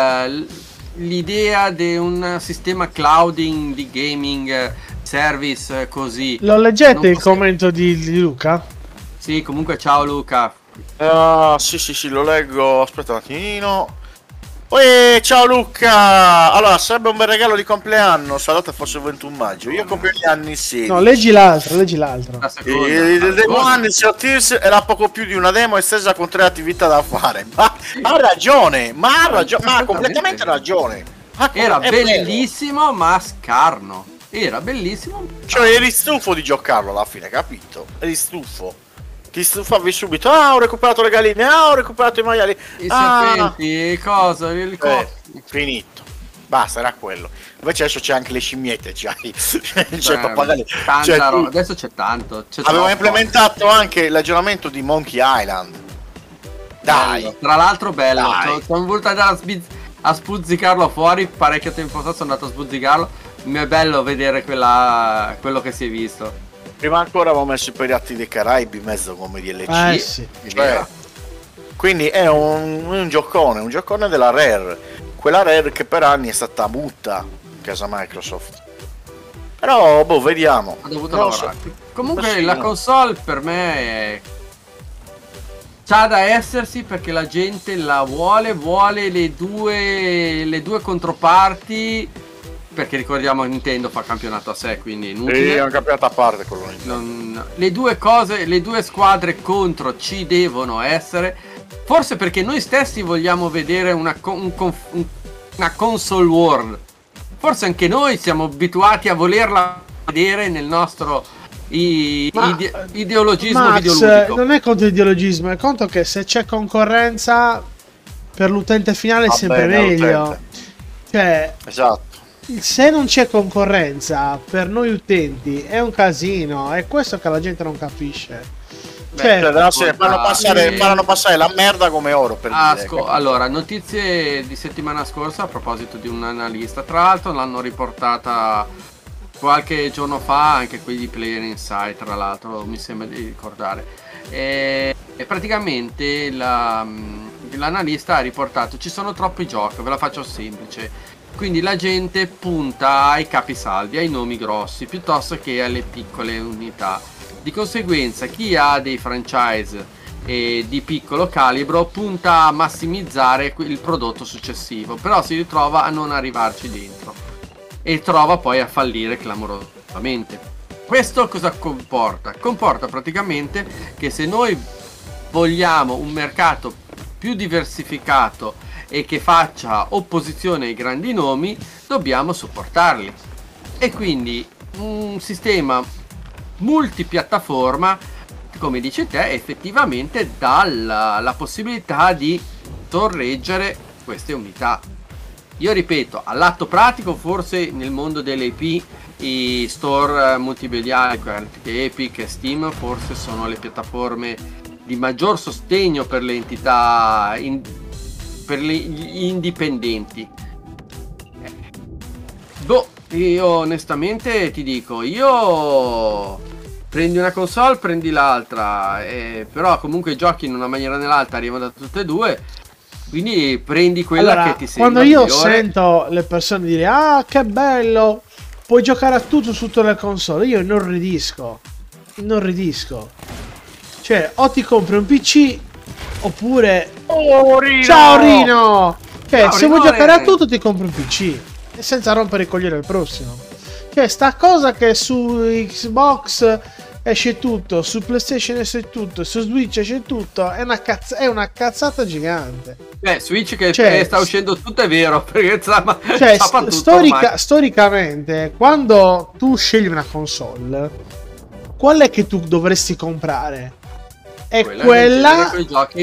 l'idea di un sistema clouding di gaming service così. Lo leggete il commento di Luca? Sì, comunque ciao Luca. Sì, lo leggo. Aspetta un attimino. Ciao Luca. Allora, sarebbe un bel regalo di compleanno se la data fosse il 21 maggio. Io compio gli anni 16. No, leggi l'altro. Il Demo One Sea of Thieves era poco più di una demo estesa con 3 attività da fare. Ma ha ragione, ha completamente ragione. Era bellissimo, ma scarno. Era bellissimo. Cioè, eri stufo di giocarlo alla fine, capito? Eri stufo. Ti stufavi subito. Ho recuperato le galline. Ho recuperato i maiali. I serpenti, cosa? Finito. Basta, era quello. Invece adesso c'è anche le scimmiette. Adesso c'è tanto. Avevo implementato anche l'aggiornamento di Monkey Island. Dai. Tra l'altro bello. Sono voluto andare a spuzzicarlo fuori. Parecchio tempo fa sono andato a spuzzicarlo. Mi è bello vedere quello che si è visto. Prima ancora avevo messo i Pirati dei Caraibi in mezzo come DLC. Sì. Quindi è un giocone della Rare. Quella Rare che per anni è stata butta in casa Microsoft. Però, vediamo. Ha dovuto lavorare. Comunque la console per me c'ha da essersi perché la gente la vuole le due controparti perché ricordiamo Nintendo fa campionato a sé, quindi è Sì, inutile. è un campionato a parte quello lì. Le due squadre contro ci devono essere, forse perché noi stessi vogliamo vedere una console war. Forse anche noi siamo abituati a volerla vedere nel nostro ideologismo Max, videoludico. non è contro l'ideologismo, è contro che se c'è concorrenza per l'utente finale è Va sempre bene, meglio. l'utente. Cioè, Esatto. se non c'è concorrenza per noi utenti è un casino, è questo che la gente non capisce. Cioè, Faranno passare la merda come oro per dire. Allora, notizie di settimana scorsa a proposito di un analista, tra l'altro l'hanno riportata qualche giorno fa anche qui di Player Insight, tra l'altro mi sembra di ricordare, e praticamente l'analista ha riportato ci sono troppi giochi, ve la faccio semplice, quindi la gente punta ai capisaldi, ai nomi grossi piuttosto che alle piccole unità. Di conseguenza chi ha dei franchise di piccolo calibro punta a massimizzare il prodotto successivo, però si ritrova a non arrivarci dentro e trova poi a fallire clamorosamente. Questo cosa comporta? Comporta praticamente che se noi vogliamo un mercato più diversificato e che faccia opposizione ai grandi nomi, dobbiamo supportarli, e quindi un sistema multipiattaforma, come dici te, effettivamente dà la possibilità di sorreggere queste unità. Io ripeto, all'atto pratico forse nel mondo delle IP i store multimediali, Epic e Steam, forse sono le piattaforme di maggior sostegno per le entità, per gli indipendenti. Io onestamente ti dico, io prendi una console, prendi l'altra, però comunque i giochi in una maniera o nell'altra arrivano da tutte e due, quindi prendi quella che ti sembra quando io migliore. sento le persone dire ah che bello, puoi giocare a tutto su tutte le console, io inorridisco, cioè o ti compri un PC oppure ciao Rino, cioè se vuoi giocare a tutto ti compri un PC e senza rompere i coglioni al prossimo. Cioè sta cosa che su Xbox esce tutto, su PlayStation esce tutto, su Switch esce tutto, è una cazzata gigante. Switch che sta uscendo tutto è vero, perché storicamente quando tu scegli una console, qual è che tu dovresti comprare? È quella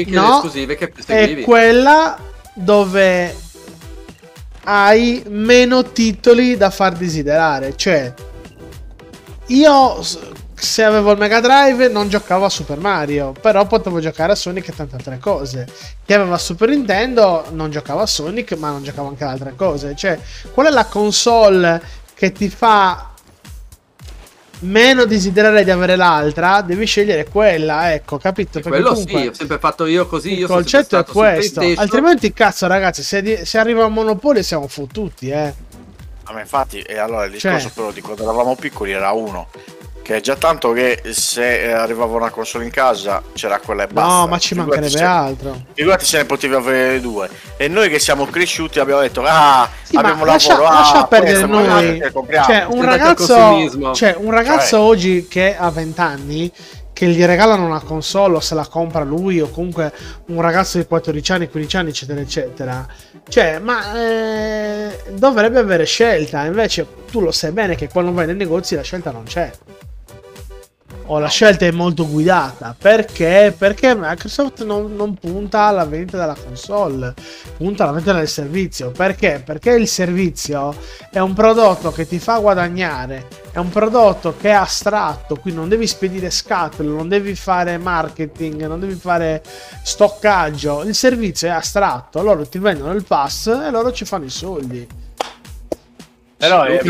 dove hai meno titoli da far desiderare. Cioè, io se avevo il Mega Drive non giocavo a Super Mario, però potevo giocare a Sonic e tante altre cose. Chi aveva Super Nintendo non giocava a Sonic, ma non giocava anche ad altre cose. Cioè, qual è la console che ti fa meno desiderare di avere l'altra? Devi scegliere quella, ecco, capito? Perché quello comunque, sì, ho sempre fatto io così. il concetto è questo. Altrimenti, cazzo, ragazzi, se arriva un monopolio siamo fottuti, Ma infatti, e allora il discorso però di quando eravamo piccoli era uno, che è già tanto che se arrivava una console in casa c'era quella e basta. No, ma ci mancherebbe altro. Figurati se ne potevi avere due. E noi che siamo cresciuti abbiamo detto abbiamo lascia, lavoro, lascia perdere noi. Cioè, un ragazzo oggi che ha 20 anni, che gli regalano una console o se la compra lui, o comunque un ragazzo di 14 anni, 15 anni, eccetera eccetera, cioè, dovrebbe avere scelta. Invece tu lo sai bene che quando vai nei negozi la scelta non c'è, o la scelta è molto guidata. Perché Microsoft non punta alla vendita della console, punta alla vendita del servizio. Perché il servizio è un prodotto che ti fa guadagnare, è un prodotto che è astratto, quindi non devi spedire scatole, non devi fare marketing, non devi fare stoccaggio. Il servizio è astratto, loro ti vendono il pass e loro ci fanno i soldi. Però è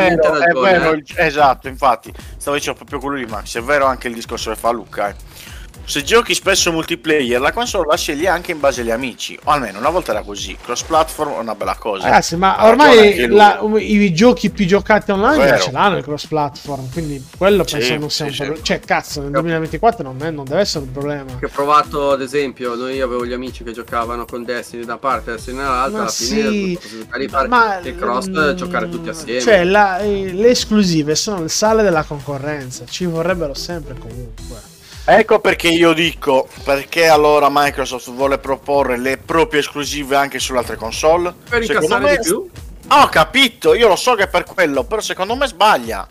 vero, esatto, infatti stavo dicendo proprio quello lì, Max, è vero anche il discorso che fa Luca, Se giochi spesso multiplayer, la console la scegli anche in base agli amici, o almeno una volta era così. Cross platform è una bella cosa. Ragazzi, ma Ha ragione anche ormai i giochi più giocati online Vero. ce l'hanno il cross platform, quindi quello Sì, penso non sia sì, un sì. problema. Cioè, cazzo, nel 2024 non deve essere un problema. Che ho provato, ad esempio, io avevo gli amici che giocavano con Destiny da una parte e Destiny dall'altra, Ma alla fine sì, la possibilità di fare ma il cross, giocare tutti assieme. Cioè, le esclusive sono il sale della concorrenza, ci vorrebbero sempre comunque. Ecco perché io dico, perché allora Microsoft vuole proporre le proprie esclusive anche sulle altre console? Per Secondo incassare me- di più? Ho capito, io lo so che è per quello, però secondo me sbaglia.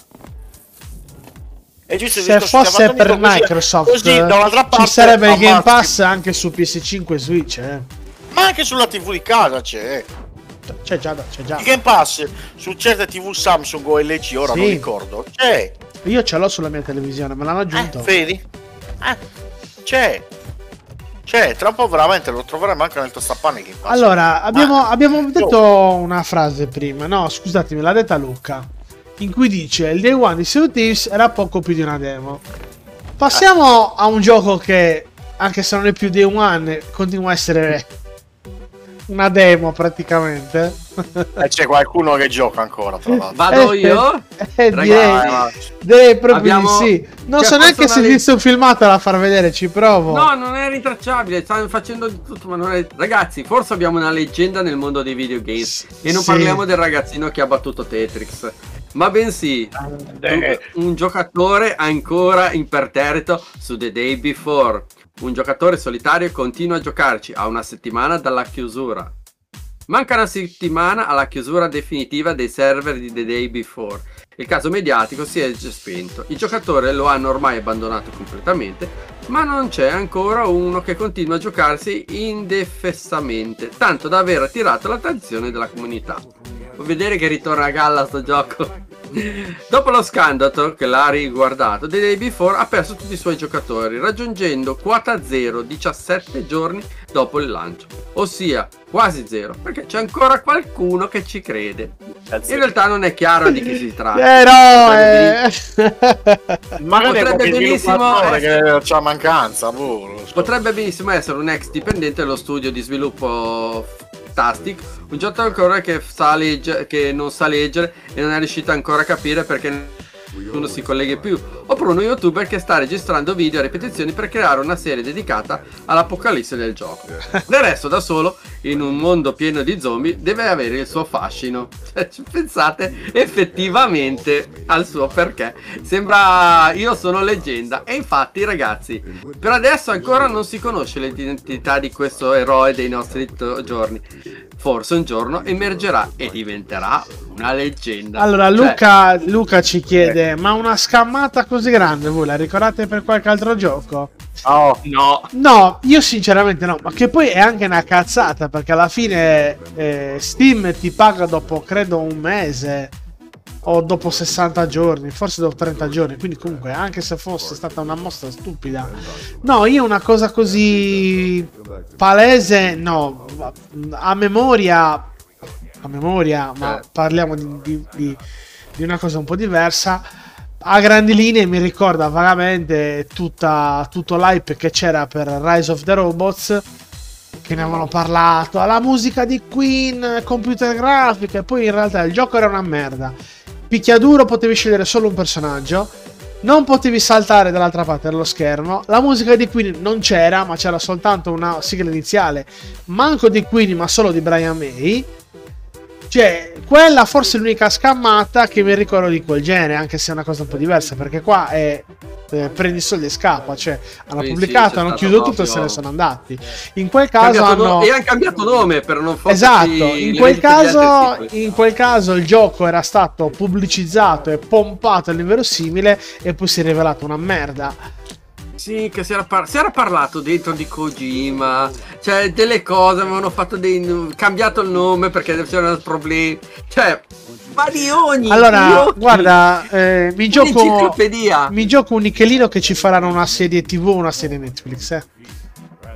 È giusto il Se discorso che fosse ha fatto per Nico, così- così, così da un'altra parte ci sarebbe il Game ammazzi. Pass anche su PS5 e Switch, Ma anche sulla TV di casa c'è. C'è già. Il Game Pass su certe TV Samsung o LG, ora Sì. non ricordo. C'è. Io ce l'ho sulla mia televisione, me l'hanno aggiunto. Vedi? C'è. Tra un po' veramente lo troveremo anche nel tostapane il Game Pass. Allora, abbiamo Oh. detto una frase prima, no, scusatemi, l'ha detta Luca, in cui dice il Day One di Sea of Thieves era poco più di una demo. Passiamo a un gioco che, anche se non è più Day One, continua a essere una demo praticamente. E c'è qualcuno che gioca ancora, tra l'altro. Vado io? Direi proprio abbiamo- di sì. Non c'è so neanche se personale- esiste un filmato da far vedere, ci provo. No, non è rintracciabile, stanno facendo di tutto, ma non è... Ragazzi, forse abbiamo una leggenda nel mondo dei videogames. E non Sì. parliamo del ragazzino che ha battuto Tetris. Ma bensì, un giocatore ancora imperterrito su The Day Before. Un giocatore solitario continua a giocarci a una settimana dalla chiusura. Manca una settimana alla chiusura definitiva dei server di The Day Before. Il caso mediatico si è già spento. I giocatori lo hanno ormai abbandonato completamente, ma non c'è ancora uno che continua a giocarsi indefessamente, tanto da aver attirato l'attenzione della comunità. Vuoi vedere che ritorna a galla sto gioco? Dopo lo scandalo che l'ha riguardato, The Day Before ha perso tutti i suoi giocatori, raggiungendo quota 0 17 giorni dopo il lancio, ossia quasi zero, perché c'è ancora qualcuno che ci crede. In realtà non è chiaro di chi si tratta. Magari è potrebbe qualche benissimo sviluppatore che c'ha mancanza. Potrebbe benissimo essere un ex dipendente dello studio di sviluppo Tastic, un giocatore che non sa leggere e non è riuscito ancora a capire perché non si collega più, oppure uno youtuber che sta registrando video a ripetizioni per creare una serie dedicata all'apocalisse del gioco. Del resto, da solo, in un mondo pieno di zombie, deve avere il suo fascino. Pensate effettivamente al suo perché. Sembra io sono leggenda. E infatti, ragazzi, per adesso ancora non si conosce l'identità di questo eroe dei nostri giorni. Forse un giorno emergerà e diventerà una leggenda. Allora, Luca ci chiede: ma una scammata così grande voi la ricordate per qualche altro gioco? Oh, No. No, io sinceramente no, ma che poi è anche una cazzata, perché alla fine Steam ti paga dopo credo un mese o dopo 60 giorni, forse dopo 30 giorni, quindi comunque anche se fosse stata una mossa stupida. No, io una cosa così palese no, a memoria, ma parliamo di una cosa un po' diversa. A grandi linee mi ricorda vagamente tutto l'hype che c'era per Rise of the Robots, che ne avevano parlato, la musica di Queen, computer grafiche, e poi in realtà il gioco era una merda. Picchiaduro, potevi scegliere solo un personaggio, non potevi saltare dall'altra parte dello schermo, la musica di Queen non c'era, ma c'era soltanto una sigla iniziale, manco di Queen ma solo di Brian May. Cioè, quella forse è l'unica scammata che mi ricordo di quel genere, anche se è una cosa un po' diversa, perché qua è prendi i soldi e scappa, cioè hanno Sì, pubblicato, sì, hanno c'è chiuso stato tutto e se proprio- ne sono andati. In quel caso hanno... E hanno cambiato nome per non fottersi Esatto, le in quel, vendite di altri caso, singoli. in quel caso il gioco era stato pubblicizzato e pompato all'inverosimile e poi si è rivelato una merda. Sì, che si era parlato dentro di Kojima, cioè delle cose, avevano fatto cambiato il nome perché c'erano problemi, cioè, ma di ogni... Allora, guarda, mi un'enciclopedia. gioco un nichelino che ci faranno una serie TV, una serie Netflix,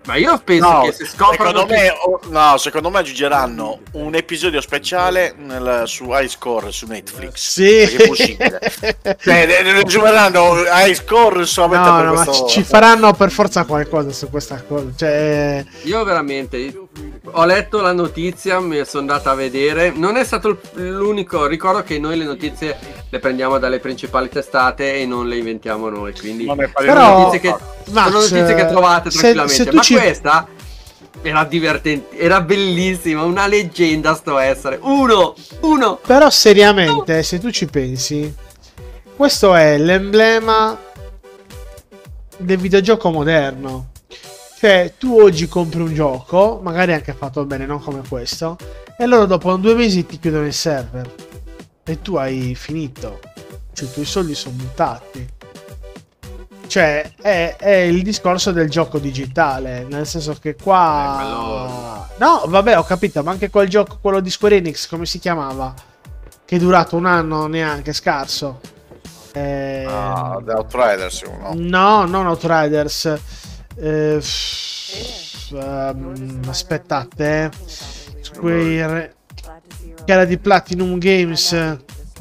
Ma io penso che se scoprono secondo me aggiungeranno un episodio speciale su High Score su Netflix. Sì, perché è possibile. Aggiungeranno High Score solamente per questo. Ma ci faranno per forza qualcosa su questa cosa. Cioè... Io veramente ho letto la notizia, mi sono andata a vedere. Non è stato l'unico. Ricordo che noi le notizie le prendiamo dalle principali testate e non le inventiamo noi. Quindi però, sono notizie che trovate tranquillamente. Ma questa era divertente, era bellissima, una leggenda sto essere. Uno. Però seriamente, se tu ci pensi, questo è l'emblema del videogioco moderno. Cioè, tu oggi compri un gioco, magari anche fatto bene, non come questo, e loro dopo 2 mesi ti chiudono il server. E tu hai finito. Cioè, i tuoi soldi sono buttati. Cioè, è il discorso del gioco digitale, nel senso che qua... No, vabbè, ho capito, ma anche quel gioco, quello di Square Enix, come si chiamava? Che è durato 1 anno neanche, scarso. The Outriders, no? No, non Outriders. Aspettate. Square... Che era di Platinum Games...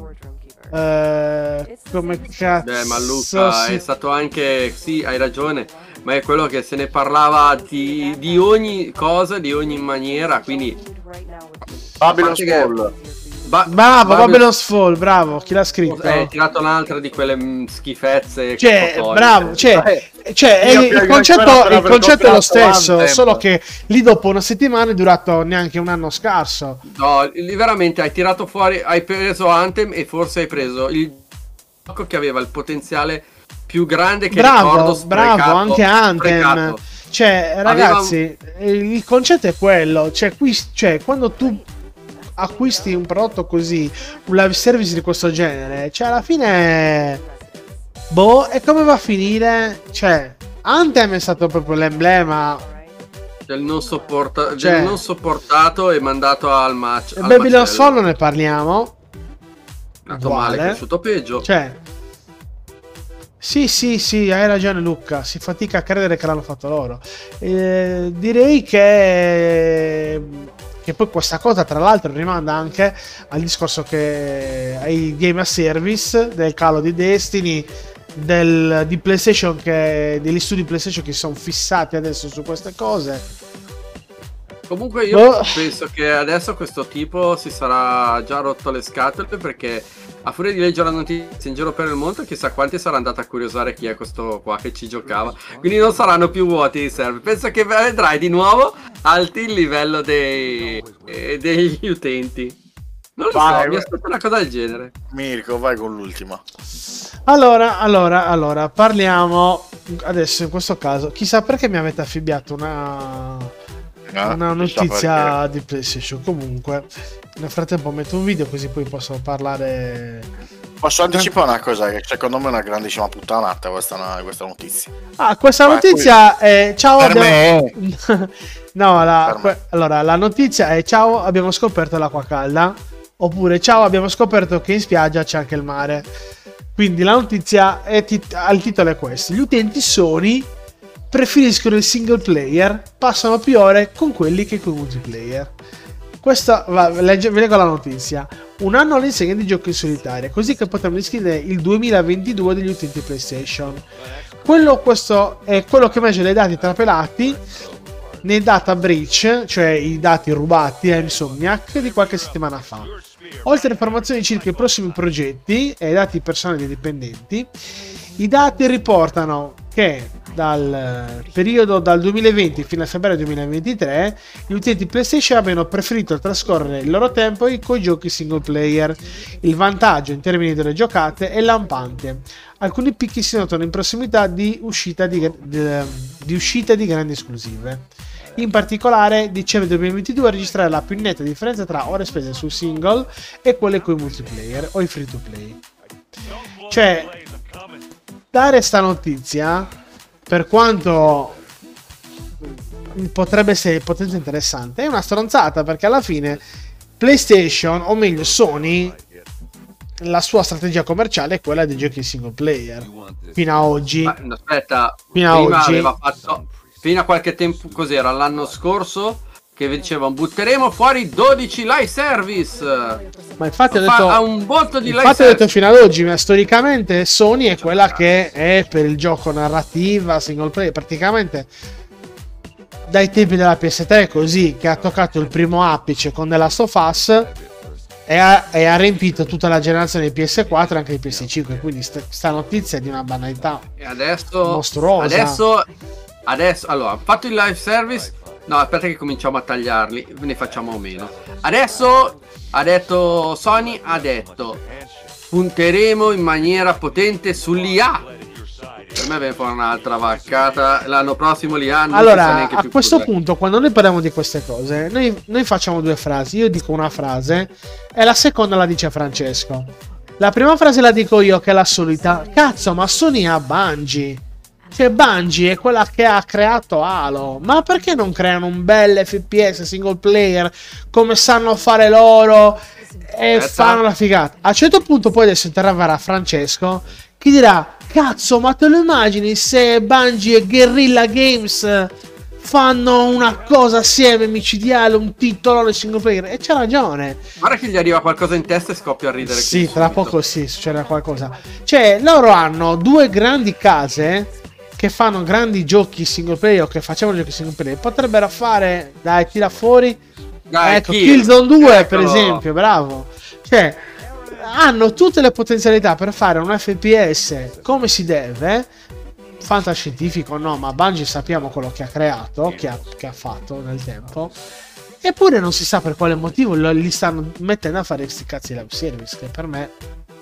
come cazzo ma Luca è stato anche, sì, hai ragione, ma è quello che se ne parlava di ogni cosa, di ogni maniera, quindi Babylon's Fall. Bravo, Babylon's Fall, bravo, chi l'ha scritto? Hai tirato un'altra di quelle schifezze, cioè, bravo, il concetto è lo stesso, solo che lì dopo una settimana è durato neanche un anno scarso. No, lì veramente hai tirato fuori, hai preso Anthem e forse hai preso il gioco che aveva il potenziale più grande che ricordo sprecato, bravo, anche Anthem. Cioè, ragazzi, il concetto è quello, cioè quando tu acquisti un prodotto così, un live service di questo genere, cioè alla fine e come va a finire? Cioè, Anthem è stato proprio l'emblema del non sopportato e mandato al match. Babylon's Fall non ne parliamo. Nato male, cresciuto peggio. Cioè, sì, hai ragione Luca, si fatica a credere che l'hanno fatto loro. Direi che poi questa cosa tra l'altro rimanda anche al discorso che ai game as service, del calo di Destiny, di PlayStation, degli studi PlayStation che sono fissati adesso su queste cose. Comunque io penso che adesso questo tipo si sarà già rotto le scatole, perché a furia di leggere la notizia in giro per il mondo chissà quanti sarà andato a curiosare chi è questo qua che ci giocava, quindi non saranno più vuoti i server. Penso che vedrai di nuovo alti il livello degli utenti. Non lo so, mi aspetto una cosa del genere. Mirko, vai con l'ultima. Allora, parliamo adesso in questo caso, chissà perché mi avete affibbiato una notizia di PlayStation. Comunque nel frattempo metto un video così poi posso parlare. Posso anticipare una cosa che secondo me è una grandissima puttanata questa notizia. Questa notizia è ciao, per me. No, allora la notizia è ciao, abbiamo scoperto l'acqua calda, oppure ciao, abbiamo scoperto che in spiaggia c'è anche il mare. Quindi la notizia al titolo è questo: gli utenti Sony preferiscono il single player, passano più ore con quelli che con il multiplayer. Questa vi leggo la notizia. Un anno all'insegna di giochi in solitaria, così che potremmo descrivere il 2022 degli utenti PlayStation. Questo è quello che emerge dai dati trapelati nei data breach, cioè i dati rubati a Insomniac di qualche settimana fa. Oltre alle informazioni circa i prossimi progetti e ai dati personali dei dipendenti, i dati riportano che dal periodo dal 2020 fino a febbraio 2023 gli utenti PlayStation abbiano preferito trascorrere il loro tempo con i giochi single player. Il vantaggio in termini di ore giocate è lampante. Alcuni picchi si notano in prossimità di uscita di grandi esclusive. In particolare, dicembre 2022 a registrare la più netta differenza tra ore spese sul single e quelle con i multiplayer o i free to play. Cioè, dare sta notizia, per quanto potrebbe essere ipoteticamente interessante, è una stronzata, perché alla fine PlayStation, o meglio Sony, la sua strategia commerciale è quella dei giochi single player fino a oggi. Aspetta, fino a oggi fino a qualche tempo, cos'era, l'anno scorso, che dicevano butteremo fuori 12 live service. Ma infatti ho detto, ha un botto di live infatti ho detto service. fino ad oggi, ma storicamente Sony è quella che è per il gioco narrativa single player, praticamente dai tempi della PS3 così, che ha toccato il primo apice con The Last of Us e ha riempito tutta la generazione di PS4 e anche di PS5, quindi sta notizia è di una banalità E adesso mostruosa. adesso allora, hanno fatto il live service. No, aspetta che cominciamo a tagliarli, ne facciamo meno. Adesso Sony ha detto punteremo in maniera potente sull'IA. Per me viene fuori un'altra vaccata. L'anno prossimo l'IA non si sa Allora, neanche a più questo cos'è. punto, quando noi parliamo di queste cose, noi facciamo due frasi. Io dico una frase e la seconda la dice Francesco. La prima frase la dico io, che è la solita. Cazzo, ma Sony ha Bungie. Cioè, Bungie è quella che ha creato Halo. Ma perché non creano un bel FPS single player come sanno fare loro e fanno la figata? A un certo punto poi adesso interverrà Francesco che dirà: cazzo, ma te lo immagini se Bungie e Guerrilla Games fanno una cosa assieme micidiale, un titolo single player? E c'ha ragione. Guarda che gli arriva qualcosa in testa e scoppia a ridere. Sì, qui tra subito. poco sì, succederà qualcosa. Cioè, loro hanno due grandi case che fanno grandi giochi single player o che facevano giochi single player. Potrebbero fare, dai, tira fuori. Dai, Ecco, chi? Killzone 2 per Eccolo. esempio, bravo. Cioè, hanno tutte le potenzialità per fare un FPS come si deve. Fantascientifico no, ma Bungie sappiamo quello che ha creato, che ha fatto nel tempo. Eppure non si sa per quale motivo li stanno mettendo a fare questi cazzi live service, che per me...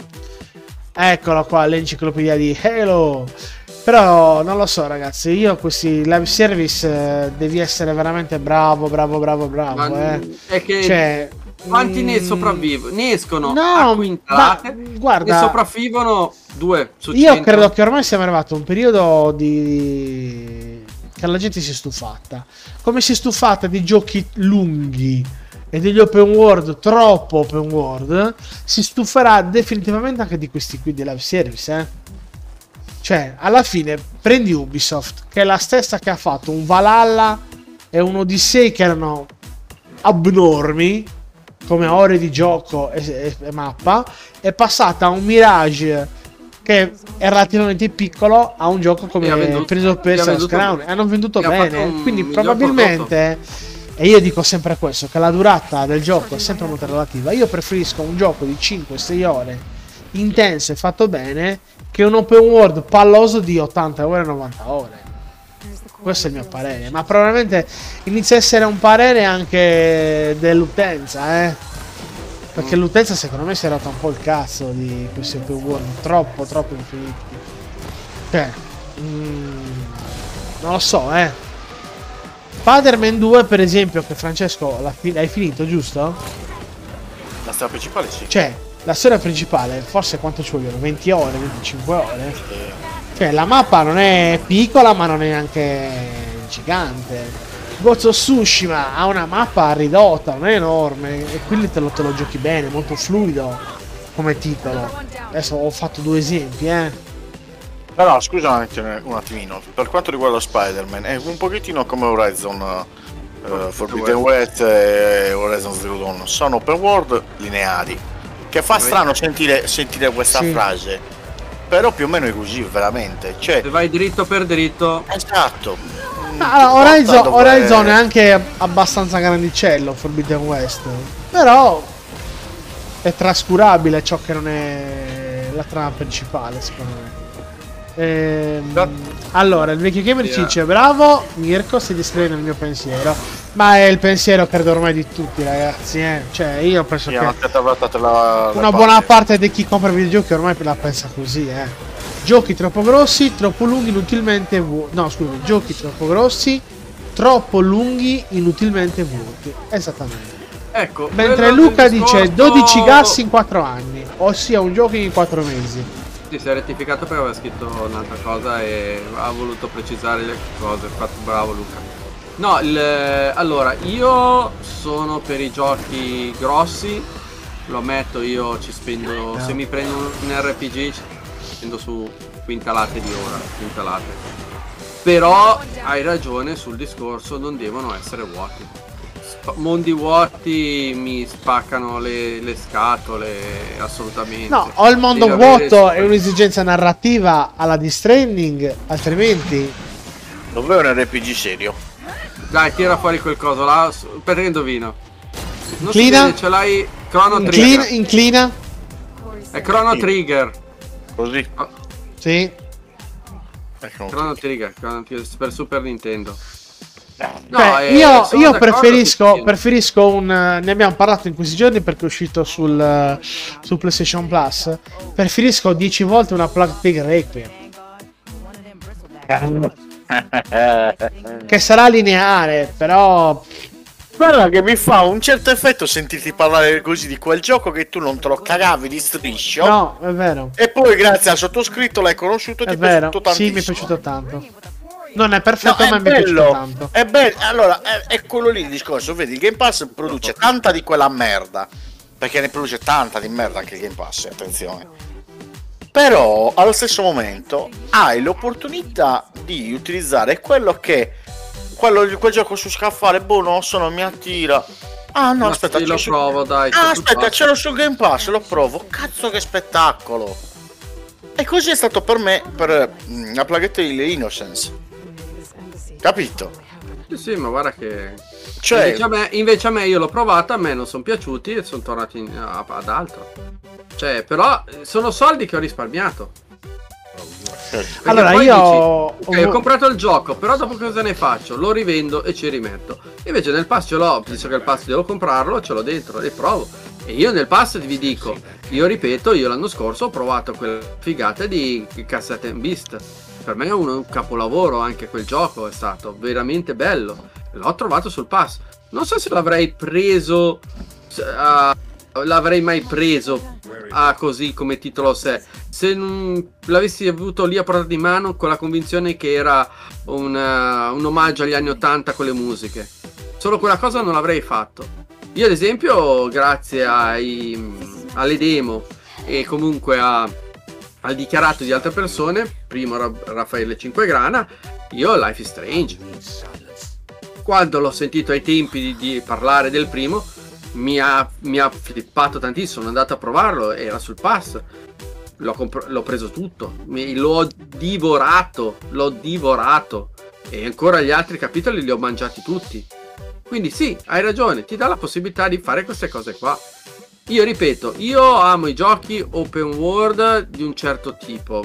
Eccolo qua, l'enciclopedia di Halo. Però non lo so ragazzi, io questi live service devi essere veramente bravo. Ma è che Cioè, quanti ne sopravvivono? Ne escono no, a quintalate, ma guarda, ne sopravvivono 2 su 100. io credo che ormai siamo arrivati a un periodo che la gente si è stufata. Come si è stufata di giochi lunghi e degli open world, troppo open world, si stuferà definitivamente anche di questi qui di live service, Cioè, alla fine prendi Ubisoft, che è la stessa che ha fatto un Valhalla e un Odyssey che erano abnormi come ore di gioco e mappa, è passata a un Mirage che è relativamente piccolo a un gioco come Prince of Persia Crown, e hanno venduto bene, quindi probabilmente, e io dico sempre questo, che la durata del gioco è sempre molto relativa. Io preferisco un gioco di 5-6 ore intenso e fatto bene che un open world palloso di 80 ore e 90 ore. Questo è il mio parere, ma probabilmente inizia a essere un parere anche dell'utenza, perché l'utenza secondo me si è rotta un po' il cazzo di questi open world troppo infiniti. Cioè, non lo so, Spider-Man 2 per esempio, che Francesco l'hai finito, giusto? La storia principale sì. Cioè, la storia principale, forse quanto ci vogliono? 20 ore, 25 ore? Cioè, la mappa non è piccola, ma non è neanche gigante. Ghost of Tsushima ha una mappa ridotta, non è enorme, e quindi te lo giochi bene, molto fluido come titolo. Adesso ho fatto due esempi, Però scusa un attimino, per quanto riguarda Spider-Man è un pochettino come Horizon Forbidden West e Horizon Zero Dawn, sono open world lineari, che fa strano sentire questa frase, però più o meno è così veramente, cioè se vai dritto per dritto. esatto. Allora, Horizon è anche abbastanza grandicello, Forbidden West, però è trascurabile ciò che non è la trama principale, secondo me. Allora, il vecchio gamer ci dice: bravo Mirko, si descrive nel mio pensiero. Ma è il pensiero credo ormai di tutti, ragazzi, Cioè, io penso che una buona parte di chi compra videogiochi ormai la pensa così, Giochi troppo grossi, troppo lunghi, inutilmente vuoti. No, scusa, giochi troppo grossi, troppo lunghi, inutilmente vuoti. Esattamente. Ecco, Mentre Luca dice 12 gas in 4 anni, ossia un gioco in 4 mesi. Sì, si è rettificato perché aveva scritto un'altra cosa e ha voluto precisare le cose. Fatto bravo Luca. No, allora io sono per i giochi grossi, lo ammetto, io ci spendo, se mi prendo un RPG ci spendo su quintalate di ora, quintalate. Però hai ragione sul discorso, non devono essere vuoti. Mondi vuoti mi spaccano le scatole, assolutamente. No, o il mondo Devi vuoto avere- è un'esigenza narrativa alla Death Stranding, altrimenti... Dov'è un RPG serio? Dai, tira fuori quel coso là, per indovino. Non si Inclina. vede, ce l'hai Chrono Trigger. Inclina. È Chrono Trigger. Così. Sì. Ecco. Chrono Trigger per Super Nintendo. No, Beh, sono io d'accordo che- preferisco un... Ne abbiamo parlato in questi giorni perché è uscito sul PlayStation Plus. Preferisco 10 volte una Plague Tale Requiem. Che sarà lineare, però... Guarda che mi fa un certo effetto sentirti parlare così di quel gioco che tu non te lo cagavi di striscio. No, è vero. E poi grazie al sottoscritto l'hai conosciuto e ti È è vero. piaciuto Sì, tantissimo. mi è piaciuto tanto. Non è perfetto, No, ma è mi è piaciuto bello, tanto. è bello. Allora, è quello lì il discorso. Vedi, il Game Pass produce tanta di quella merda. Perché ne produce tanta di merda anche il Game Pass, attenzione. Però, allo stesso momento, hai l'opportunità di utilizzare quello che... quel gioco su scaffale, boh, non so, non mi attira. Ah no, Ma aspetta, sì, lo c'è su- provo, dai. Ah, c'è sul aspetta, pass. ce l'ho sul Game Pass, lo provo. Cazzo che spettacolo. E così è stato per me, per la Plague Tale Innocence. Capito? Sì, ma guarda che... Cioè, invece a me io l'ho provata, a me non sono piaciuti e sono tornati ad altro. Cioè, però sono soldi che ho risparmiato. Perché Allora, poi io... dici, ok, ho comprato il gioco, però dopo cosa ne faccio? Lo rivendo e ci rimetto. Invece nel pass ce l'ho, visto che il pass devo comprarlo, ce l'ho dentro e provo. E io nel pass vi dico, io ripeto, io l'anno scorso ho provato quella figata di Cassette and Beast. Per me è un capolavoro anche quel gioco, è stato veramente bello. L'ho trovato sul pass. Non so se l'avrei preso... l'avrei mai preso così come titolo sé, se non l'avessi avuto lì a portata di mano con la convinzione che era un omaggio agli anni 80 con le musiche. Solo quella cosa non l'avrei fatto. Io ad esempio, grazie alle demo e comunque al dichiarato di altre persone, primo Raffaele Cinquegrana, io Life is Strange, quando l'ho sentito ai tempi di parlare del primo, mi ha flippato tantissimo. Sono andato a provarlo, era sul pass, l'ho preso tutto, l'ho divorato e ancora gli altri capitoli li ho mangiati tutti. Quindi sì, hai ragione, ti dà la possibilità di fare queste cose qua. Io ripeto, io amo i giochi open world di un certo tipo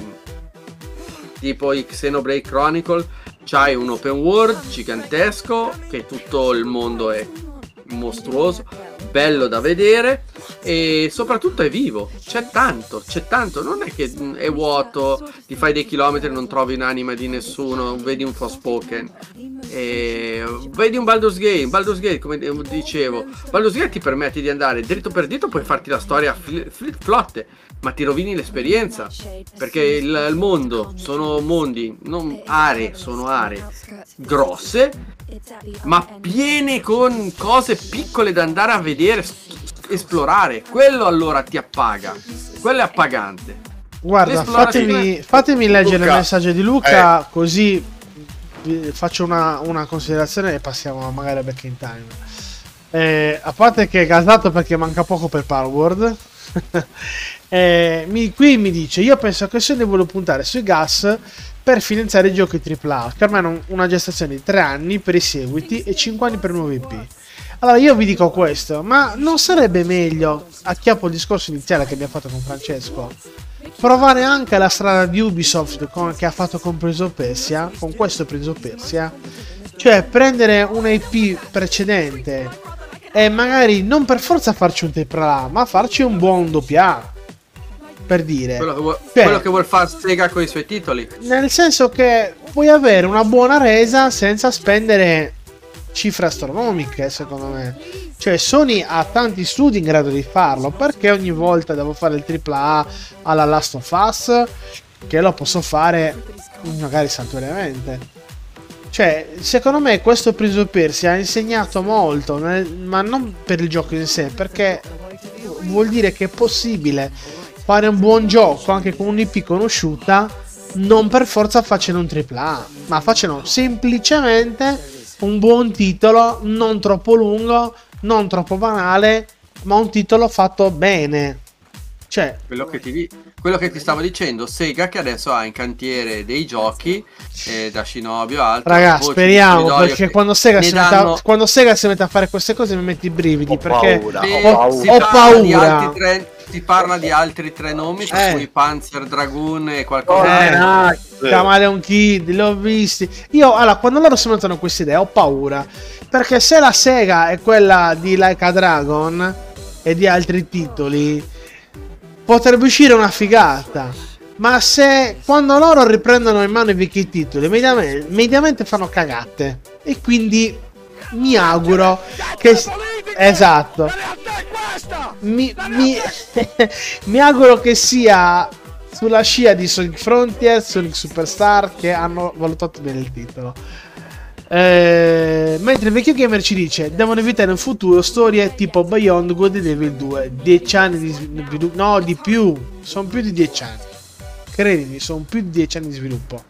i Xenoblade Chronicle. C'hai un open world gigantesco che tutto il mondo è mostruoso, bello da vedere e soprattutto è vivo, c'è tanto, non è che è vuoto, ti fai dei chilometri e non trovi un'anima di nessuno, vedi un Forspoken, vedi un Baldur's Gate come dicevo, Baldur's Gate ti permette di andare dritto per dritto, puoi farti la storia flotte, ma ti rovini l'esperienza, perché il mondo sono mondi, non aree, sono aree grosse ma piene con cose piccole da andare a vedere, esplorare. Quello allora ti appaga, quello è appagante. Guarda, fatemi leggere il messaggio di Luca, così faccio una considerazione e passiamo magari a Back in Time. A parte che è gasato perché manca poco per Palworld. Qui mi dice: io penso che Sony vuole puntare sui gas per finanziare i giochi AAA, che ormai hanno una gestazione di 3 anni per i seguiti e 5 anni per nuovi IP. Allora io vi dico questo, ma non sarebbe meglio, a chiappo il discorso iniziale che abbiamo fatto con Francesco, provare anche la strada di Ubisoft che ha fatto con Prince of Persia, con questo Prince of Persia, cioè prendere un IP precedente e magari non per forza farci un AAA, ma farci un buon AA. Per dire quello che vuol fare Sega con i suoi titoli, nel senso che puoi avere una buona resa senza spendere cifre astronomiche, secondo me. Cioè Sony ha tanti studi in grado di farlo, perché ogni volta devo fare il AAA alla Last of Us, che lo posso fare magari saltuariamente. Cioè secondo me questo Prince of Persia ha insegnato molto, ma non per il gioco in sé, perché vuol dire che è possibile fare un buon gioco anche con un'IP conosciuta non per forza facciano un AAA, ma facciano semplicemente un buon titolo, non troppo lungo, non troppo banale, ma un titolo fatto bene. Cioè, quello che ti stavo dicendo, Sega che adesso ha in cantiere dei giochi da Shinobi o altro. raga, voci di speriamo, corridoio perché che quando Sega, ne si danno- mette quando Sega si mette a fare queste cose mi metti i brividi, Ho perché paura, Si ho parla di paura. altri si parla di altri 3 nomi, tra cui Panzer Dragoon e Oh, qualcosa. Camaleon Kid, li ho visti. Io, allora, quando loro si mettono queste idee, ho paura. Perché se la Sega è quella di Like a Dragon e di altri titoli, potrebbe uscire una figata. Ma se quando loro riprendono in mano i vecchi titoli, mediamente fanno cagate. E quindi mi auguro che. Esatto. Mi auguro che sia sulla scia di Sonic Frontier, Sonic Superstar, che hanno valutato bene il titolo. Mentre il vecchio gamer ci dice: devono evitare in futuro storie tipo Beyond Good e Devil 2. 10 anni di sviluppo. No, di più. Sono più di 10 anni. Credimi, sono più di 10 anni di sviluppo.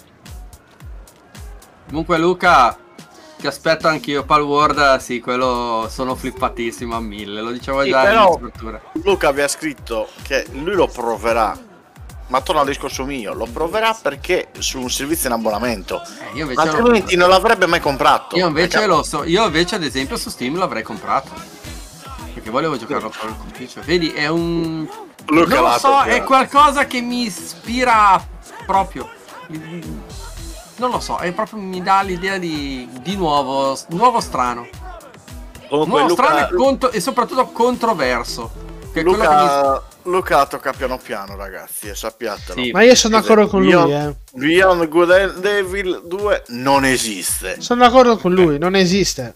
Comunque Luca, ti aspetto anch'io Palworld, sì, quello sono flippatissimo a 1000, lo dicevo Sì, già però in apertura. Luca aveva scritto che lui lo proverà, ma torna al discorso mio, lo proverà perché su un servizio in abbonamento, Io invece, altrimenti non l'avrebbe mai comprato. io invece Perché- io invece ad esempio su Steam l'avrei comprato, perché volevo giocarlo con il computer. Vedi, è un... Luca non lo l'ha so, proprio- è qualcosa che mi ispira proprio. Non lo so, è proprio, mi dà l'idea di nuovo strano. Comunque Nuovo strano Luca, e soprattutto controverso. Che è quello che mi... Luca la tocca piano piano, ragazzi, sappiatelo. Sì. Ma io sono d'accordo con lui, Beyond Good and Devil 2 non esiste. Sono d'accordo con lui, non esiste.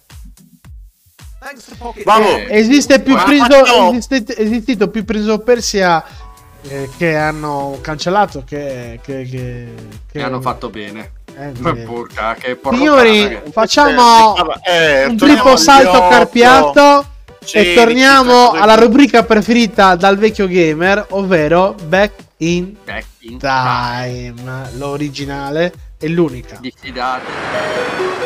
Vamo, Esiste più Ma Prince no. è esistito più Prince of Persia che hanno cancellato che hanno fatto bene. quindi- Porca, che porcata, Signori, ragazzi. facciamo un torniamo triplo agli salto otto. carpiato Sì, e torniamo di- alla rubrica preferita dal vecchio gamer, ovvero Back in Back in Time, l'originale e l'unica. Diffidate.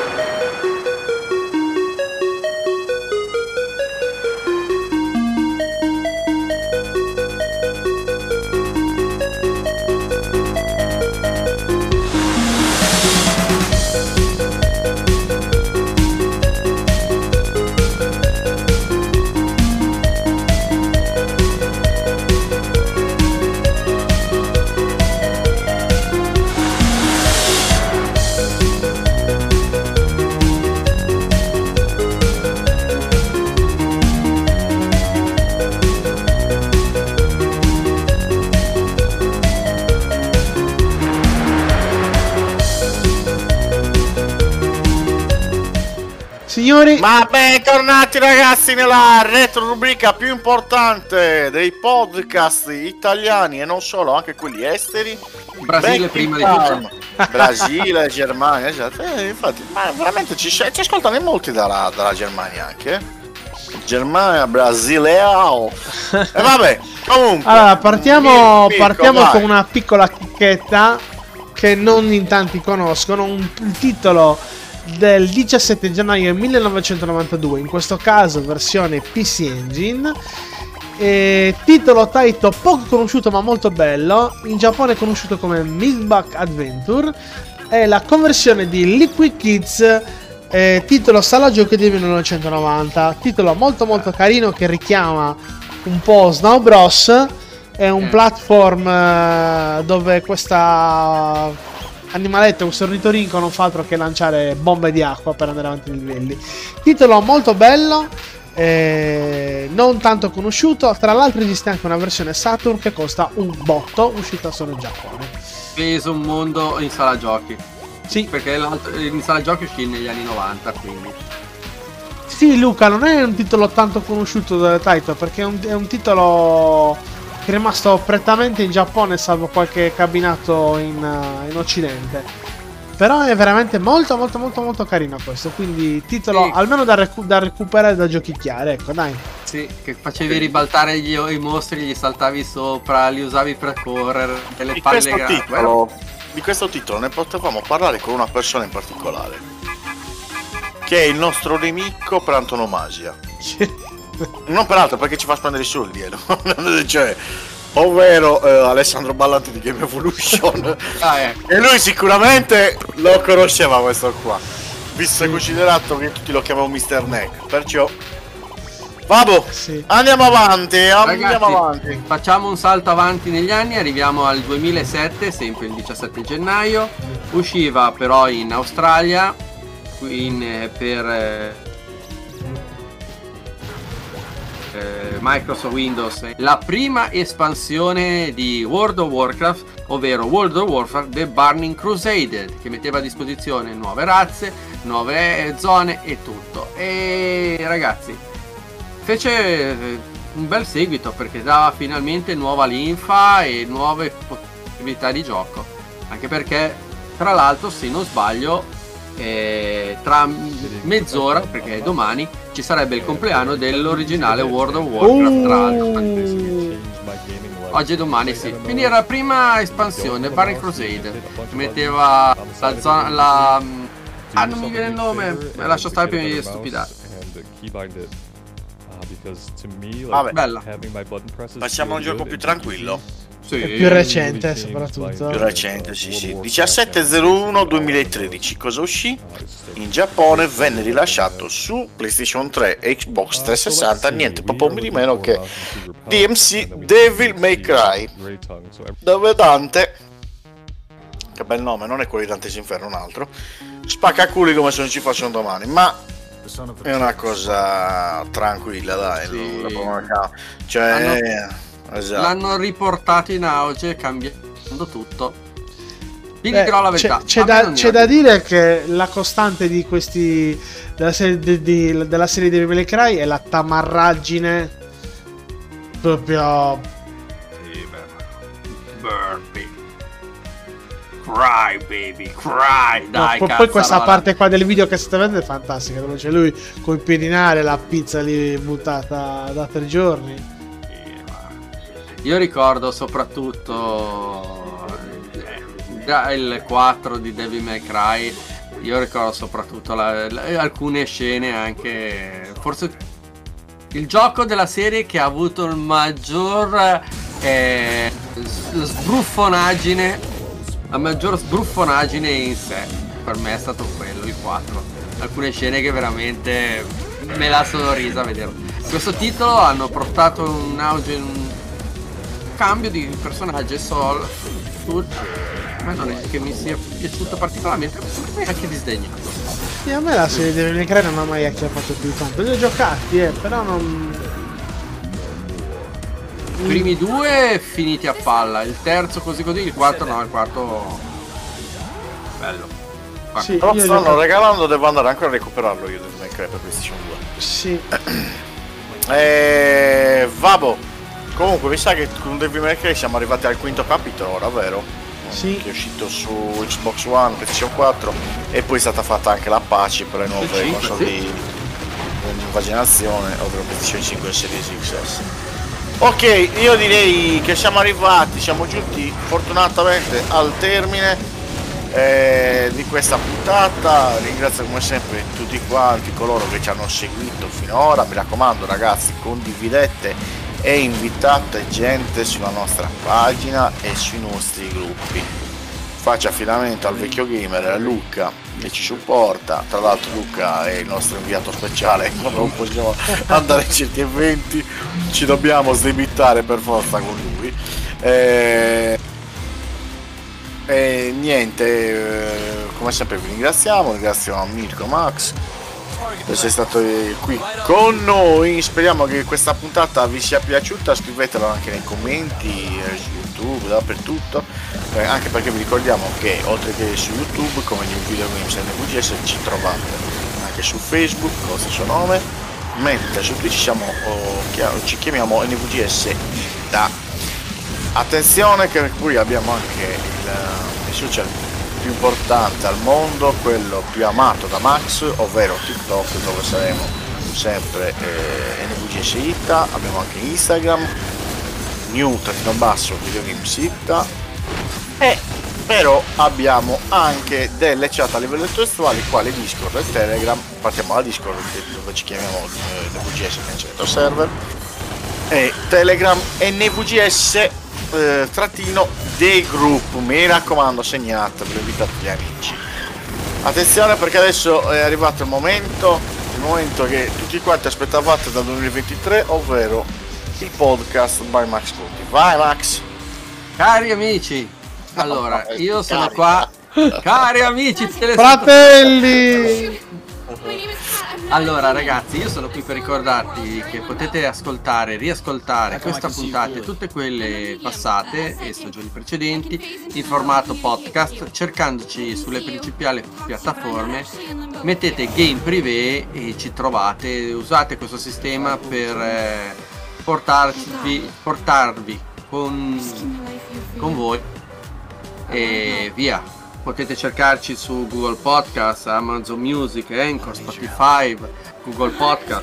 Signori, Ma bentornati ragazzi nella retro rubrica più importante dei podcast italiani e non solo, anche quelli esteri. Brasile Back prima in di Time. tutto. Brasile, Germania, esatto. Infatti, ma veramente ci ascoltano in molti dalla Germania anche. Germania, Brasile, e vabbè, comunque. allora partiamo Mirko, vai. con una piccola chicchetta che non in tanti conoscono, il titolo del 17 gennaio 1992, in questo caso versione PC Engine. Titolo Taito poco conosciuto ma molto bello, in Giappone conosciuto come Milkback Adventure, è la conversione di Liquid Kids, titolo sala giochi del 1990, titolo molto molto carino che richiama un po' Snow Bros. È un platform dove questa animaletto, questo ornitorinco non fa altro che lanciare bombe di acqua per andare avanti nei livelli. Titolo molto bello, non tanto conosciuto. Tra l'altro esiste anche una versione Saturn che costa un botto, uscita solo in Giappone. Peso un mondo in sala giochi. Sì, Perché in sala giochi uscì negli anni 90, quindi. sì, Luca, non è un titolo tanto conosciuto da Taito perché è un titolo che è rimasto prettamente in Giappone, salvo qualche cabinato in Occidente. però è veramente molto molto molto molto carino questo, quindi titolo Sì. almeno da recuperare, da giochicchiare, ecco dai. Sì, che facevi ribaltare i mostri, gli saltavi sopra, li usavi per correre, delle Di palle questo, grandi. di questo titolo ne potevamo parlare con una persona in particolare, che è il nostro nemico per antonomasia. Non per altro, perché ci fa spendere i soldi, cioè, ovvero Alessandro Ballanti di Game Evolution. E lui sicuramente lo conosceva questo qua, visto e considerato che tutti lo chiamano Mr. Neck. Perciò vado, Sì. andiamo avanti, andiamo Ragazzi, avanti. facciamo un salto avanti negli anni, arriviamo al 2007, sempre il 17 gennaio. Usciva però in Australia per Microsoft Windows la prima espansione di World of Warcraft, ovvero World of Warcraft The Burning Crusade, che metteva a disposizione nuove razze, nuove zone e tutto. E ragazzi, fece un bel seguito perché dava finalmente nuova linfa e nuove possibilità di gioco, anche perché tra l'altro, se non sbaglio, tra mezz'ora, perché domani ci sarebbe il compleanno dell'originale World of Warcraft, tra l'altro. Oggi e domani sì. Quindi era la prima espansione, Burning Crusade, che metteva la zona, non mi viene il nome, lascio stare prima di stupidare. Vabbè, Bella. facciamo un gioco più tranquillo. Sì. È più recente soprattutto. Più recente, sì, sì. 17/01/2013. Cosa uscì? In Giappone venne rilasciato su PlayStation 3 e Xbox 360, niente proprio di meno che DMC Devil May Cry, dove Dante, che bel nome, non è quello di Dante's Inferno, un altro, spacca culi come se non ci fosse un domani, ma è una cosa tranquilla, dai. Sì. Cioè, esatto. L'hanno riportato in auge cambiando tutto. Vi dirò la verità. C'è da dire che la costante di questi della serie della serie di Devil May Cry è la tamarraggine proprio. Burpee. Cry baby, cry. Dai, Poi questa parte qua del video che state vedendo è fantastica, dove c'è lui col piedinare, la pizza lì buttata da 3 giorni. Io ricordo soprattutto il 4 di Devil May Cry. Io ricordo soprattutto alcune scene, anche forse il gioco della serie che ha avuto il maggior sbruffonaggine, la maggior sbruffonaggine in sé. Per me è stato quello, il 4. Alcune scene che veramente me la sono risa a vederlo. Questo titolo hanno portato un auge, un cambio di personaggio e ma non è che mi sia piaciuto particolarmente, ma è anche disdegnato. Sì, a me la serie di Devil May Cry non ha mai acchiappato più tanto. Li ho giocati, però non. I primi due finiti a palla, il terzo così, il quarto no, il quarto bello. Sì, Però io stanno gioco- regalando, devo andare ancora a recuperarlo io del May Cry per PlayStation 2. Sì. Vabbè. Comunque mi sa che con Devil May Cry siamo arrivati al quinto capitolo ora, vero? Sì. Che è uscito su Xbox One, PlayStation 4 e poi è stata fatta anche la patch per le nuove 5, console sì. di nuova generazione, ovvero PlayStation 5 e Series XS. Ok, io direi che siamo arrivati, siamo giunti fortunatamente al termine di questa puntata. Ringrazio come sempre tutti quanti coloro che ci hanno seguito finora. Mi raccomando ragazzi, condividete e invitate gente sulla nostra pagina e sui nostri gruppi. Faccia affidamento al vecchio gamer, a Luca che ci supporta. Tra l'altro Luca è il nostro inviato speciale, quando non possiamo andare in certi eventi ci dobbiamo sdebitare per forza con lui. E niente, come sempre vi ringraziamo Mirko, Max per essere stato qui con noi. Speriamo che questa puntata vi sia piaciuta, scrivetelo anche nei commenti su YouTube, dappertutto, anche perché vi ricordiamo che oltre che su YouTube come New Video Games e NVGS ci trovate anche su Facebook con lo stesso nome, mentre su Twitch ci chiamiamo NVGS da. Attenzione che qui abbiamo anche i social più importante al mondo, quello più amato da Max, ovvero TikTok, dove saremo sempre NVGS Itta. Abbiamo anche Instagram, new_videogames Itta, e però abbiamo anche delle chat a livello testuali quali Discord e Telegram. Partiamo da Discord, dove ci chiamiamo NVGS Cancelletto Server, e Telegram NVGS trattino dei gruppi. Mi raccomando, segnatevelo, invitate gli amici. Attenzione, perché adesso è arrivato il momento che tutti quanti aspettavate dal 2023, ovvero il podcast by Max Cuti. Vai Max! Cari amici, allora io sono qua. Cari amici Fratelli! Allora ragazzi, io sono qui per ricordarti che potete ascoltare, riascoltare questa puntata e tutte quelle passate e stagioni precedenti in formato podcast, cercandoci sulle principali piattaforme. Mettete Game Privé e ci trovate. Usate questo sistema per portarvi con voi e via. Potete cercarci su Google Podcast, Amazon Music, Anchor, Spotify, Google Podcast,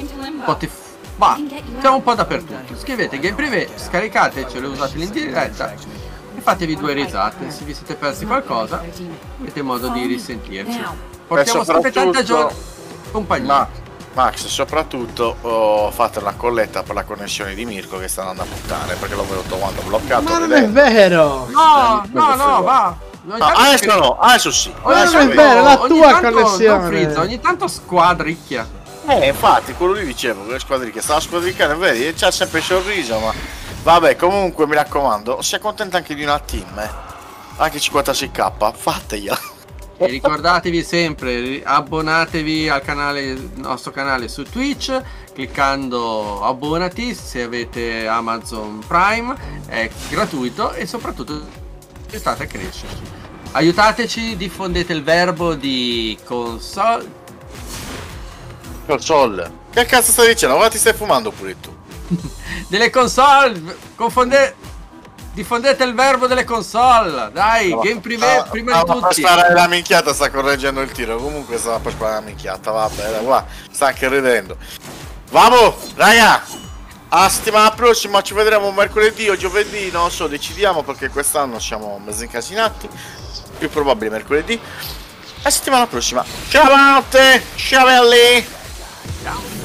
ma siamo un po' dappertutto. Scrivete Game Privé, scaricatecelo, usatelo in diretta e fatevi due risate. Se vi siete persi qualcosa avete modo di risentirci. Portiamo sempre tanta compagnia. Max, soprattutto fate una colletta per la connessione di Mirko, che sta andando a puttane, perché l'ho trovando bloccato. Ma non è vero! No, va! Adesso sì. Ma non è vero, la tua connessione. Frizza, ogni tanto squadricchia. Infatti, quello lì dicevo, che squadricchia, stava squadricando, vedi, c'ha sempre il sorriso, ma vabbè, comunque mi raccomando, si accontenta anche di una team, anche 56k, fategliela. E ricordatevi sempre, abbonatevi al nostro canale su Twitch, cliccando abbonati se avete Amazon Prime, è gratuito e soprattutto aiutate a crescerci. Aiutateci, diffondete il verbo di console. Che cazzo stai dicendo? Ma ti stai fumando pure tu. Delle console, diffondete il verbo delle console. Dai, Game Privé prima di tutti. Per sparare la minchiata, sta correggendo il tiro. Comunque stava per sparare la minchiata. Vabbè, qua sta anche ridendo. Vamo, raga! A settimana prossima, ci vedremo mercoledì o giovedì, non so, decidiamo, perché quest'anno siamo mezzo incasinati. Più probabile mercoledì. A settimana prossima. Ciao a tutti, ciao belli. Ciao.